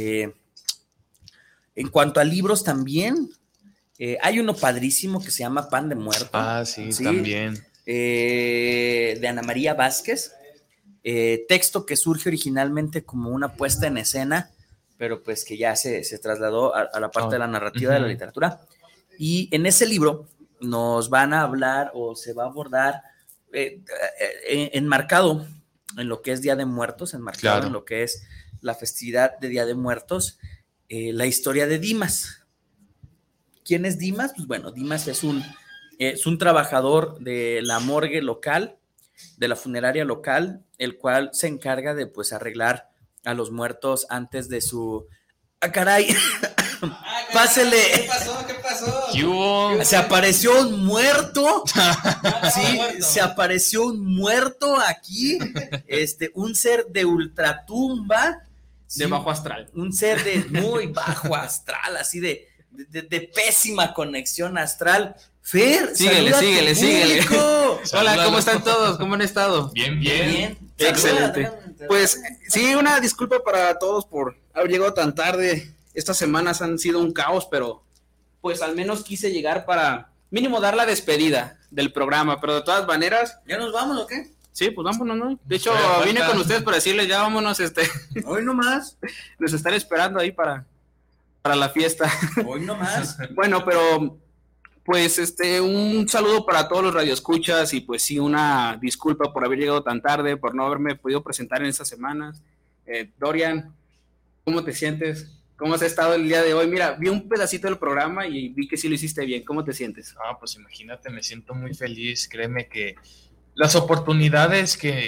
En cuanto a libros también, hay uno padrísimo que se llama Pan de Muerto. Sí, también. De Ana María Vázquez. Texto que surge originalmente como una puesta en escena, pero pues que ya se trasladó a la parte de la narrativa de la literatura. Y en ese libro nos van a hablar o se va a abordar enmarcado en lo que es Día de Muertos, enmarcado en lo que es la festividad de Día de Muertos, la historia de Dimas. ¿Quién es Dimas? Pues bueno, Dimas es un trabajador de la morgue local, de la funeraria local, el cual se encarga de pues arreglar a los muertos antes de su... ¡Ah, caray! ¡Pásele! ¿Qué pasó? ¿Qué hubo? Se apareció un muerto. Sí, se apareció un muerto aquí. Un ser de ultratumba. Sí, de bajo astral. Un ser de muy bajo astral, así de pésima conexión astral. Fer, síguele. Hola, ¿cómo están todos? ¿Cómo han estado? Bien. Excelente. Pues sí, una disculpa para todos por haber llegado tan tarde. Estas semanas han sido un caos, pero pues al menos quise llegar para mínimo dar la despedida del programa, pero de todas maneras... ¿Ya nos vamos o qué? Sí, pues vámonos, ¿no? De hecho, vine con ustedes para decirles, ya vámonos, Hoy nomás. Nos están esperando ahí para la fiesta. Hoy nomás. Bueno, pero... Pues un saludo para todos los radioescuchas y pues sí, una disculpa por haber llegado tan tarde, por no haberme podido presentar en estas semanas. Dorian, ¿cómo te sientes? ¿Cómo has estado el día de hoy? Mira, vi un pedacito del programa y vi que sí lo hiciste bien. ¿Cómo te sientes? Pues imagínate, me siento muy feliz. Créeme que las oportunidades que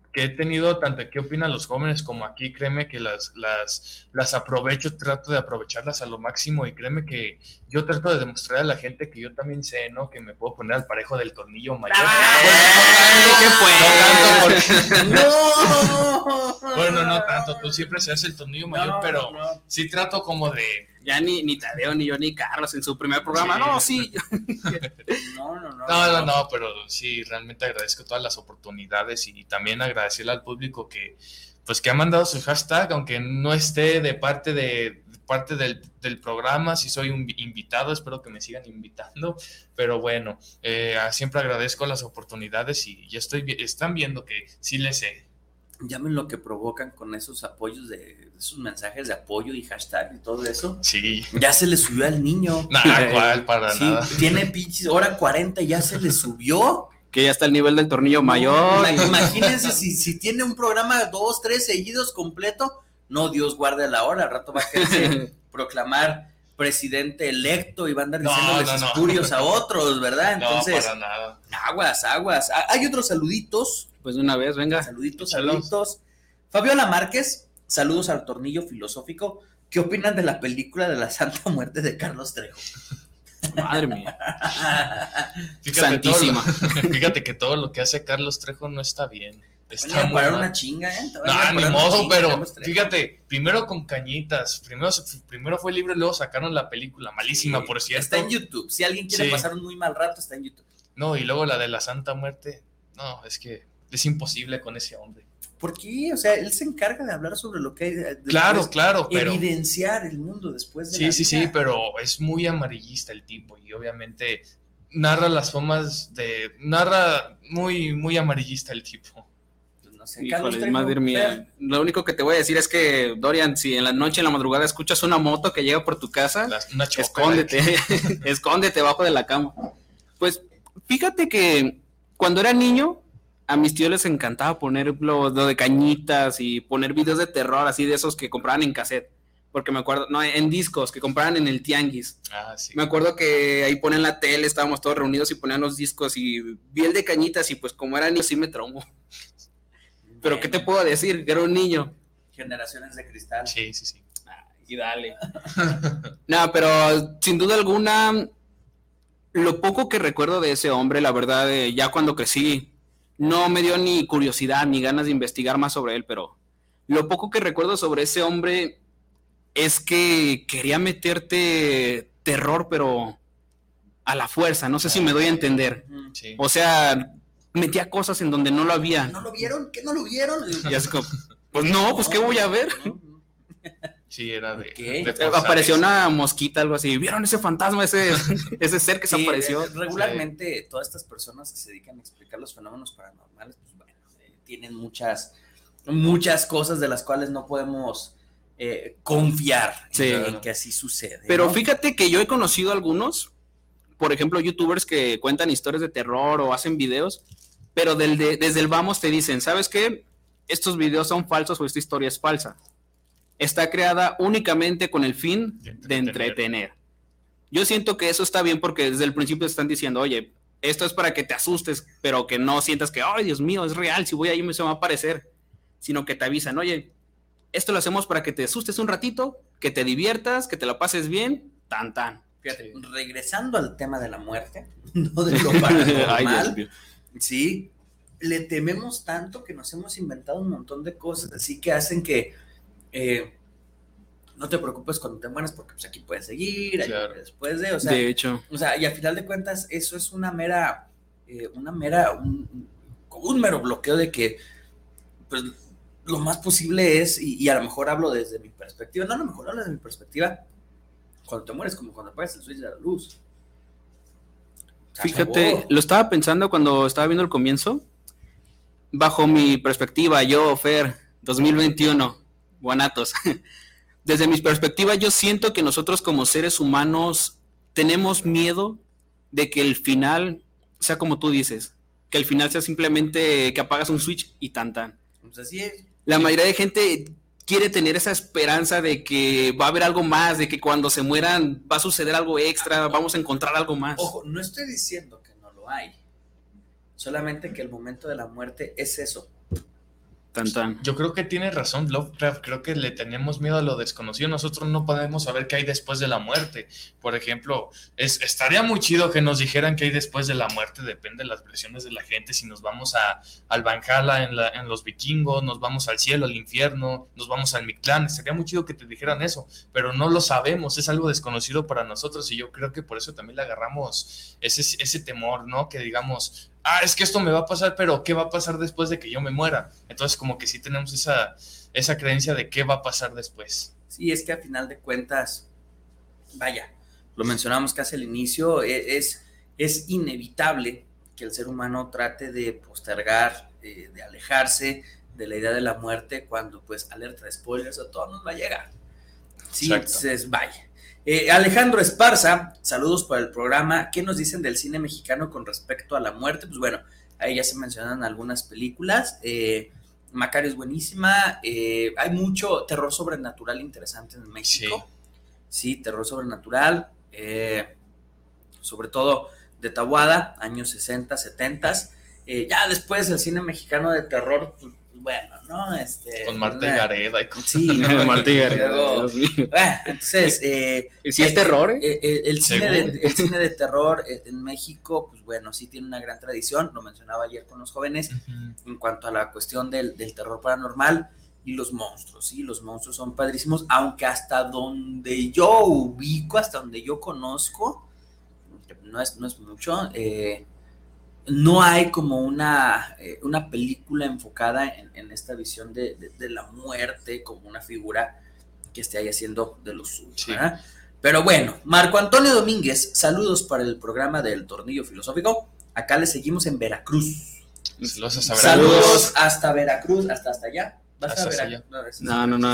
he tenido, tanto qué opinan los jóvenes como aquí, créeme que las aprovecho, trato de aprovecharlas a lo máximo, y créeme que yo trato de demostrar a la gente que yo también sé, ¿no? Que me puedo poner al parejo del tornillo mayor. Bueno, no tanto, tú siempre se hace el tornillo mayor, pero sí trato como de... Ya ni Tadeo, ni yo, ni Carlos en su primer programa, sí. No, pero sí, realmente agradezco todas las oportunidades, y también agradecerle al público que ha mandado su hashtag, aunque no esté de parte del programa. Si soy un invitado, espero que me sigan invitando, pero bueno, siempre agradezco las oportunidades, y ya están viendo que sí les sé. Llamen lo que provocan con esos apoyos, de esos mensajes de apoyo y hashtag y todo eso. Sí. Ya se le subió al niño. Nada, para nada. Tiene pinches hora 40, ya se le subió. Que ya está el nivel del tornillo mayor. Imagínense si tiene un programa 2, 3 seguidos completo. No, Dios guarde la hora. Al rato va a querer proclamar presidente electo y va a andar diciéndoles espurios a otros, ¿verdad? Entonces, no, para nada. Aguas. Hay otros saluditos. Pues de una vez, venga. Saluditos. Fabiola Márquez, saludos al tornillo filosófico. ¿Qué opinan de la película de la Santa Muerte de Carlos Trejo? Madre mía. Santísima. Fíjate que todo lo que hace Carlos Trejo no está bien. Está muy mal. Una chinga, ¿eh? No, ni modo, pero fíjate, primero con Cañitas, primero fue libre, luego sacaron la película, malísima, por cierto. Está en YouTube, si alguien quiere pasar un muy mal rato, está en YouTube. No, y luego la de la Santa Muerte, no, es que es imposible con ese hombre. ¿Por qué? O sea, él se encarga de hablar sobre lo que hay. Claro, pero evidenciar el mundo después de Sí, pero es muy amarillista el tipo, y obviamente narra las formas narra muy, muy amarillista el tipo. No sé, híjole, madre mía. Lo único que te voy a decir es que, Dorian, si en la noche, en la madrugada, escuchas una moto que llega por tu casa, escóndete, escóndete bajo de la cama. Pues, fíjate que cuando era niño, a mis tíos les encantaba poner lo de Cañitas y poner videos de terror, así de esos que compraban en cassette. Porque me acuerdo, en discos que compraban en el tianguis. Sí. Me acuerdo que ahí ponen la tele, estábamos todos reunidos y ponían los discos, y vi el de Cañitas, y pues como era niño sí me traumó. Pero ¿qué te puedo decir? Era un niño. Generaciones de cristal. Sí. Y dale. No, pero sin duda alguna, lo poco que recuerdo de ese hombre, la verdad, ya cuando crecí, no me dio ni curiosidad ni ganas de investigar más sobre él, pero lo poco que recuerdo sobre ese hombre es que quería meterte terror, pero a la fuerza, no sé si me doy a entender. Sí. O sea, metía cosas en donde no lo había. ¿No lo vieron? ¿Qué no lo vieron? Y es como, pues no, ¿qué voy a ver? Sí, era apareció una mosquita, algo así. ¿Vieron ese fantasma, ese ser que se apareció? Regularmente todas estas personas que se dedican a explicar los fenómenos paranormales, pues bueno, tienen muchas cosas de las cuales no podemos confiar en que así sucede. Pero ¿no? Fíjate que yo he conocido algunos, por ejemplo, youtubers que cuentan historias de terror o hacen videos, pero desde el vamos te dicen, ¿sabes qué? Estos videos son falsos o esta historia es falsa. Está creada únicamente con el fin de entretener. Yo siento que eso está bien porque desde el principio están diciendo, oye, esto es para que te asustes, pero que no sientas que, ay, Dios mío, es real, si voy ahí se me va a aparecer. Sino que te avisan, oye, esto lo hacemos para que te asustes un ratito, que te diviertas, que te la pases bien, tan. Fíjate, regresando al tema de la muerte, no de lo paranormal, sí, le tememos tanto que nos hemos inventado un montón de cosas, así que hacen que no te preocupes cuando te mueras porque pues aquí puedes seguir, claro. Después de, o sea, de hecho, o sea, y al final de cuentas eso es un mero bloqueo de que pues lo más posible es, y a lo mejor hablo desde mi perspectiva, no, a lo mejor hablo desde mi perspectiva, cuando te mueres como cuando apagas el switch de la luz. Fíjate, lo estaba pensando cuando estaba viendo el comienzo, bajo mi perspectiva, yo, Fer, 2021, guanatos, desde mi perspectiva yo siento que nosotros como seres humanos tenemos miedo de que el final sea como tú dices, que el final sea simplemente que apagas un switch y tan. Pues así es. La mayoría de gente quiere tener esa esperanza de que va a haber algo más, de que cuando se mueran va a suceder algo extra, vamos a encontrar algo más. Ojo, no estoy diciendo que no lo hay, solamente que el momento de la muerte es eso, Tan, tan. Yo creo que tiene razón Lovecraft, creo que le tenemos miedo a lo desconocido, nosotros no podemos saber qué hay después de la muerte. Por ejemplo, estaría muy chido que nos dijeran qué hay después de la muerte, depende de las versiones de la gente, si nos vamos al Valhalla en los vikingos, nos vamos al cielo, al infierno, nos vamos al Mictlán, estaría muy chido que te dijeran eso, pero no lo sabemos, es algo desconocido para nosotros y yo creo que por eso también le agarramos ese temor, ¿no? Que digamos... es que esto me va a pasar, pero ¿qué va a pasar después de que yo me muera? Entonces como que sí tenemos esa creencia de qué va a pasar después. Sí, es que a final de cuentas, vaya, lo mencionamos casi al inicio, es inevitable que el ser humano trate de postergar, de alejarse de la idea de la muerte cuando, pues, alerta de spoilers, a todos nos va a llegar. Sí, exacto. Entonces, vaya. Alejandro Esparza, saludos para el programa. ¿Qué nos dicen del cine mexicano con respecto a la muerte? Pues bueno, ahí ya se mencionan algunas películas. Macario es buenísima. Hay mucho terror sobrenatural interesante en México. Sí, terror sobrenatural. Sobre todo de Taboada, años 60, 70. Ya después el cine mexicano de terror, pues, bueno, ¿no? Con Marta y Gareda y con... Sí, ¿no? Marta y Gareda. Entonces, ¿sí es terror? El cine de terror en México, pues bueno, sí tiene una gran tradición, lo mencionaba ayer con los jóvenes, en cuanto a la cuestión del terror paranormal y los monstruos, sí, los monstruos son padrísimos, aunque hasta donde yo ubico, hasta donde yo conozco, no es mucho, no hay como una película enfocada en esta visión de la muerte como una figura que esté ahí haciendo de los suyos, sí. ¿Verdad? Pero bueno, Marco Antonio Domínguez, saludos para el programa del Tornillo Filosófico. Acá le seguimos en Veracruz. Saludos hasta Veracruz, hasta allá. ¿Vas a Veracruz? No.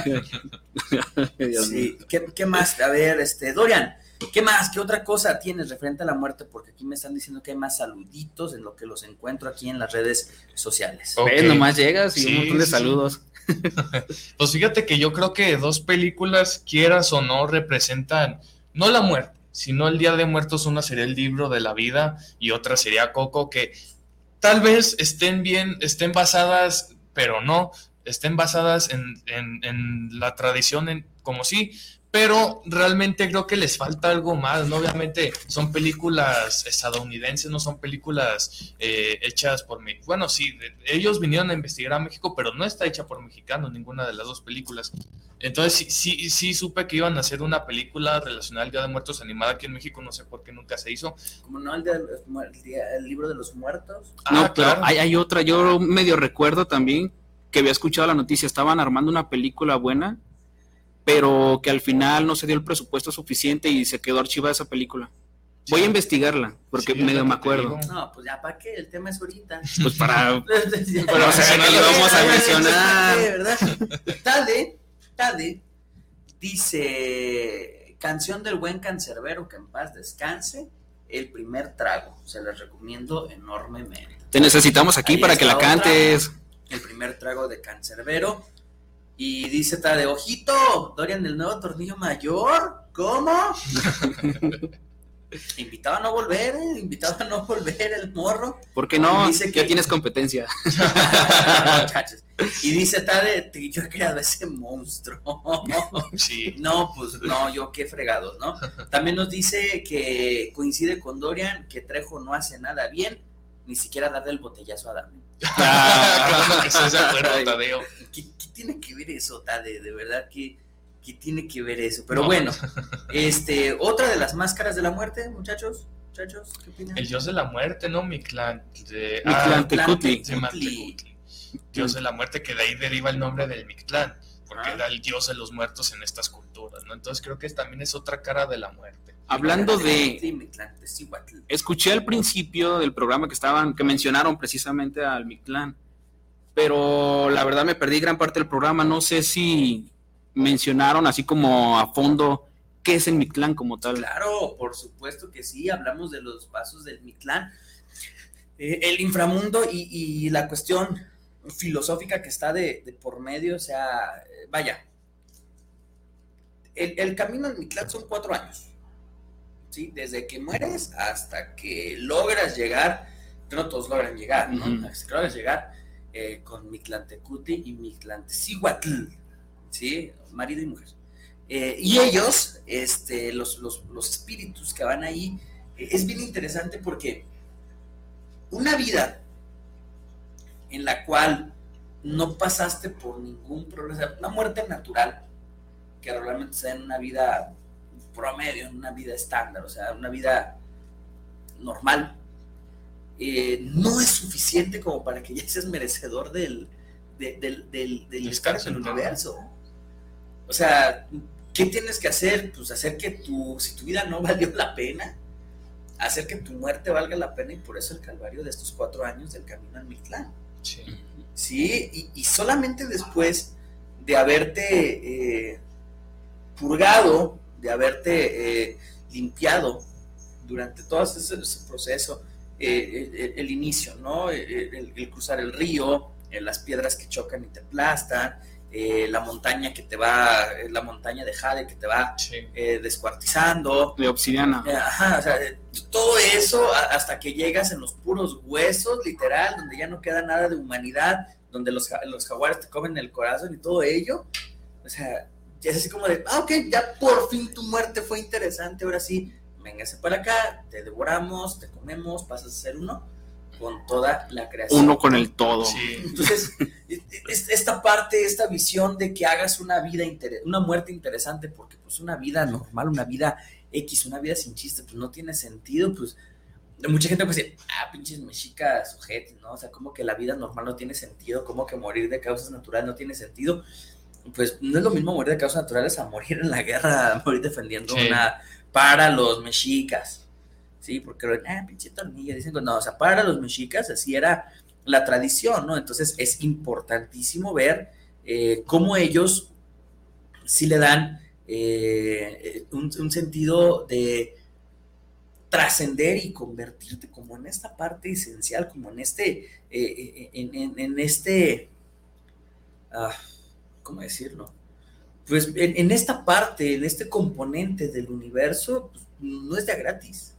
Sí. ¿Qué más? A ver, Dorian, ¿qué más? ¿Qué otra cosa tienes referente a la muerte? Porque aquí me están diciendo que hay más saluditos en lo que los encuentro aquí en las redes sociales. Okay. Nomás llegas y un montón de saludos. Pues fíjate que yo creo que dos películas, quieras o no, representan no la muerte, sino el Día de Muertos. Una sería El Libro de la Vida y otra sería Coco, que tal vez estén basadas, pero no, estén basadas en la tradición, como sí, pero realmente creo que les falta algo más, ¿no? Obviamente son películas estadounidenses, no son películas hechas por mí. Bueno, sí, ellos vinieron a investigar a México, pero no está hecha por mexicanos ninguna de las dos películas. Entonces sí supe que iban a hacer una película relacionada al Día de Muertos animada aquí en México, no sé por qué nunca se hizo. ¿Como no el Libro de los Muertos? No, claro. Hay otra, yo medio recuerdo también que había escuchado la noticia, estaban armando una película buena, pero que al final no se dio el presupuesto suficiente y se quedó archivada esa película. Voy a investigarla, porque medio me acuerdo. No, pues ya para qué, el tema es ahorita. Pues para o sea, no lo vamos a mencionar. ¿Verdad? Tade dice, canción del buen cancerbero, que en paz descanse, El Primer Trago. Se les recomiendo enormemente. Te necesitamos aquí para que la cantes. El Primer Trago de Cancerbero. Y dice Tade, ojito, Dorian del nuevo Tornillo Mayor, ¿cómo? Invitado a no volver el morro. ¿Por qué no? Dice que ya tienes competencia. Muchachos. Y dice Tade, yo he creado ese monstruo. Sí. No, pues no, yo qué fregados, ¿no? También nos dice que coincide con Dorian que Trejo no hace nada bien, ni siquiera darle el botellazo a Damián. Claro que estás de acuerdo, Tadeo. ¿Qué tiene que ver eso, Tade? De verdad que tiene que ver eso. Pero bueno, otra de las máscaras de la muerte, muchachos, ¿qué opinan? El dios de la muerte, ¿no? Mictlán. Mictlantecutli. Dios de la muerte, que de ahí deriva el nombre del Mictlán, porque era el dios de los muertos en estas culturas, ¿no? Entonces creo que también es otra cara de la muerte. Hablando de... Escuché al principio del programa que mencionaron precisamente al Mictlán, pero la verdad me perdí gran parte del programa. No sé si mencionaron así como a fondo qué es el Mictlán como tal. Claro, por supuesto que sí, hablamos de los pasos del Mictlán, el inframundo y la cuestión filosófica que está de por medio. O sea, vaya, el camino al Mictlán son 4 años. ¿Sí? Desde que mueres hasta que logras llegar, no todos logran llegar, ¿no? Hasta que logras llegar, con Mictlantecuhtli y Mictlantecíhuatl, ¿sí? Marido y mujer. Y ellos, los espíritus que van ahí, es bien interesante porque una vida en la cual no pasaste por ningún problema, una muerte natural, que realmente sea en una vida promedio, en una vida estándar, o sea, una vida normal, no es suficiente como para que ya seas merecedor del descanso del universo. O sea, ¿qué tienes que hacer? Pues hacer que si tu vida no valió la pena, hacer que tu muerte valga la pena, y por eso el calvario de estos 4 años del camino al Mictlán. Sí. Sí, y solamente después de haberte purgado, de haberte limpiado durante todo ese proceso, el inicio, ¿no? El cruzar el río, las piedras que chocan y te aplastan, la montaña la montaña de jade que te va descuartizando. De obsidiana. Ajá, o sea, todo eso hasta que llegas en los puros huesos, literal, donde ya no queda nada de humanidad, donde los jaguares te comen el corazón y todo ello. O sea, ya es así como de, ok, ya por fin tu muerte fue interesante, ahora sí, véngase para acá, te devoramos, te comemos, pasas a ser uno con toda la creación. Uno con el todo. Sí. Entonces, esta parte, esta visión de que hagas una vida una muerte interesante, porque pues una vida normal, una vida X, una vida sin chiste, pues no tiene sentido, pues mucha gente puede decir, pinches mexicas ojetes, ¿no? O sea, como que la vida normal no tiene sentido, como que morir de causas naturales no tiene sentido. Pues no es lo mismo morir de causas naturales a morir en la guerra, a morir defendiendo para los mexicas, ¿sí? Porque, pinche tornillo, dicen que no, o sea, para los mexicas así era la tradición, ¿no? Entonces es importantísimo ver cómo ellos sí le dan un sentido de trascender y convertirte como en esta parte esencial, como en ¿cómo decirlo? Pues en esta parte, en este componente del universo, pues, no es de gratis,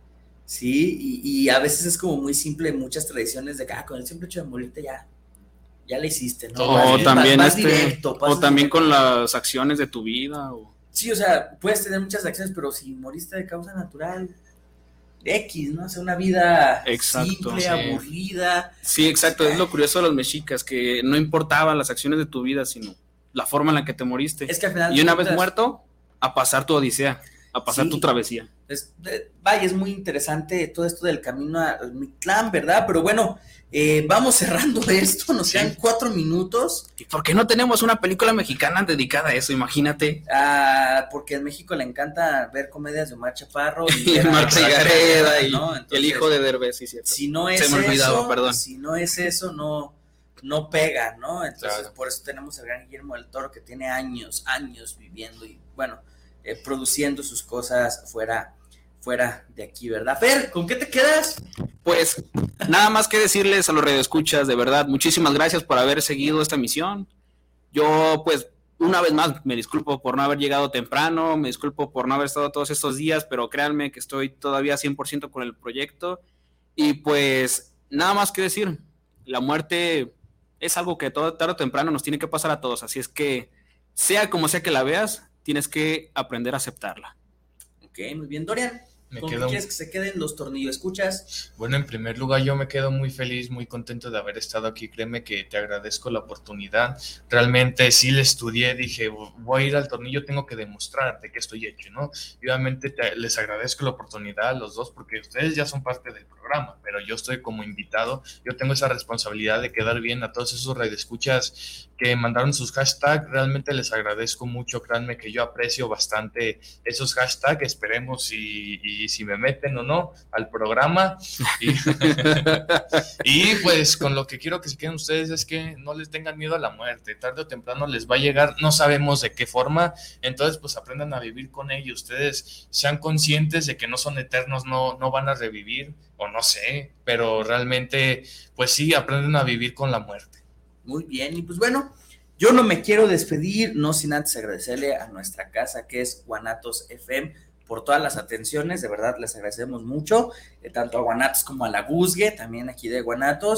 ¿sí? Y a veces es como muy simple en muchas tradiciones de que con el simple hecho de morirte ya la hiciste, ¿no? O también, directo, o también con las acciones de tu vida. Sí, o sea, puedes tener muchas acciones, pero si moriste de causa natural, X, ¿no? O sea, una vida simple, aburrida. Sí, exacto, es lo curioso de los mexicas, que no importaban las acciones de tu vida, sino la forma en la que te moriste. Es que al final, y una vez muerto, a pasar tu odisea, a pasar tu travesía. Es muy interesante todo esto del camino a Mictlán, ¿verdad? Pero bueno, vamos cerrando esto, nos quedan 4 minutos. ¿Por qué no tenemos una película mexicana dedicada a eso? Imagínate. Porque en México le encanta ver comedias de Omar Chaparro y Marta Gareda, ¿no? Entonces, el hijo de Derbez, sí, cierto. Si no es se me olvidaba, perdón. Si no es eso, no pega, ¿no? Entonces, por eso tenemos al gran Guillermo del Toro, que tiene años viviendo y, bueno, produciendo sus cosas fuera de aquí, ¿verdad? Fer, ¿con qué te quedas? Pues nada más que decirles a los radioescuchas, de verdad, muchísimas gracias por haber seguido esta emisión. Yo, pues, una vez más, me disculpo por no haber llegado temprano, me disculpo por no haber estado todos estos días, pero créanme que estoy todavía 100% con el proyecto. Y pues, nada más que decir, la muerte es algo que tarde o temprano nos tiene que pasar a todos, así es que, sea como sea que la veas, tienes que aprender a aceptarla. Ok, muy bien, Dorian. ¿Con qué quieres que se queden los tornillos? ¿Escuchas? Bueno, en primer lugar, yo me quedo muy feliz, muy contento de haber estado aquí. Créeme que te agradezco la oportunidad. Realmente sí le estudié, dije, voy a ir al tornillo, tengo que demostrarte que estoy hecho, ¿no? Y obviamente les agradezco la oportunidad a los dos, porque ustedes ya son parte del programa, pero yo estoy como invitado. Yo tengo esa responsabilidad de quedar bien a todos esos radioescuchas que mandaron sus hashtags. Realmente les agradezco mucho. Créanme que yo aprecio bastante esos hashtags. Esperemos y si me meten o no al programa. Y pues con lo que quiero que se queden ustedes es que no les tengan miedo a la muerte. Tarde o temprano les va a llegar, no sabemos de qué forma. Entonces pues aprendan a vivir con ello. Ustedes sean conscientes de que no son eternos, no van a revivir, o no sé, pero realmente pues sí, aprenden a vivir con la muerte. Muy bien, y pues bueno, yo no me quiero despedir, no sin antes agradecerle a nuestra casa, que es Guanatos FM, por todas las atenciones. De verdad les agradecemos mucho, tanto a Guanatos como a la Guzgue, también aquí de Guanatos,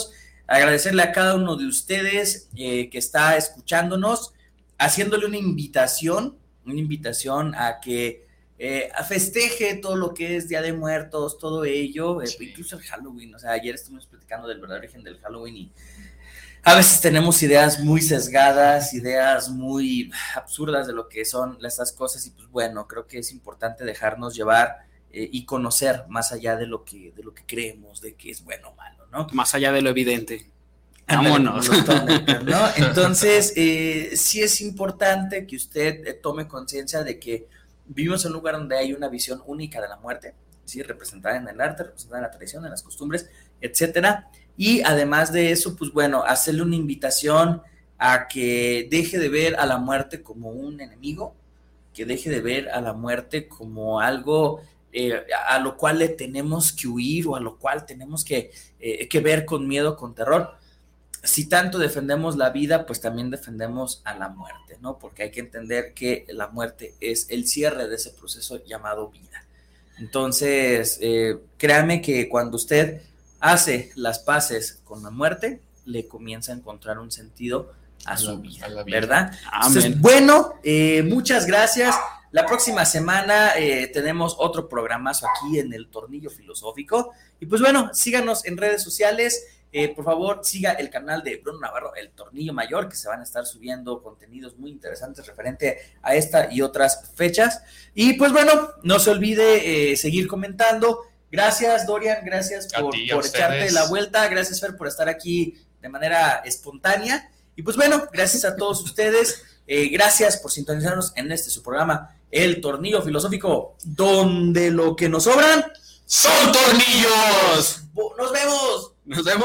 agradecerle a cada uno de ustedes que está escuchándonos, haciéndole una invitación a que festeje todo lo que es Día de Muertos, todo ello, incluso el Halloween. O sea, ayer estuvimos platicando del verdadero origen del Halloween y a veces tenemos ideas muy sesgadas, ideas muy absurdas de lo que son estas cosas y pues bueno, creo que es importante dejarnos llevar y conocer más allá de lo que creemos, de que es bueno o malo, ¿no? Más allá de lo evidente. Vámonos. ¿No? Entonces, sí es importante que usted tome conciencia de que vivimos en un lugar donde hay una visión única de la muerte, ¿sí? Representada en el arte, representada en la tradición, en las costumbres, etcétera. Y además de eso, pues bueno, hacerle una invitación a que deje de ver a la muerte como un enemigo, que deje de ver a la muerte como algo a lo cual le tenemos que huir o a lo cual tenemos que ver con miedo, con terror. Si tanto defendemos la vida, pues también defendemos a la muerte, ¿no? Porque hay que entender que la muerte es el cierre de ese proceso llamado vida. Entonces, créame que cuando usted hace las paces con la muerte, le comienza a encontrar un sentido a su vida, ¿verdad? Amén. Entonces, bueno, muchas gracias. La próxima semana tenemos otro programazo aquí en el Tornillo Filosófico. Y pues bueno, síganos en redes sociales. Por favor, siga el canal de Bruno Navarro, El Tornillo Mayor, que se van a estar subiendo contenidos muy interesantes referente a esta y otras fechas. Y pues bueno, no se olvide seguir comentando. Gracias, Dorian, gracias por echarte la vuelta. Gracias, Fer, por estar aquí de manera espontánea. Y pues bueno, gracias a todos ustedes. Gracias por sintonizarnos en su programa, El Tornillo Filosófico, donde lo que nos sobran ¡son tornillos! ¡Nos vemos! ¡Nos vemos!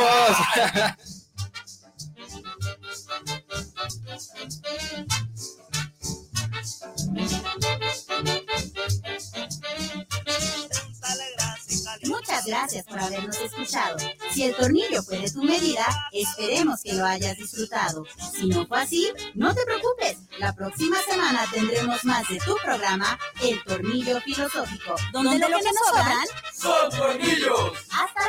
Muchas gracias por habernos escuchado. Si el tornillo fue de tu medida, esperemos que lo hayas disfrutado. Si no fue así, no te preocupes. La próxima semana tendremos más de tu programa, El Tornillo Filosófico, donde lo que nos sobran ¡son tornillos! ¡Hasta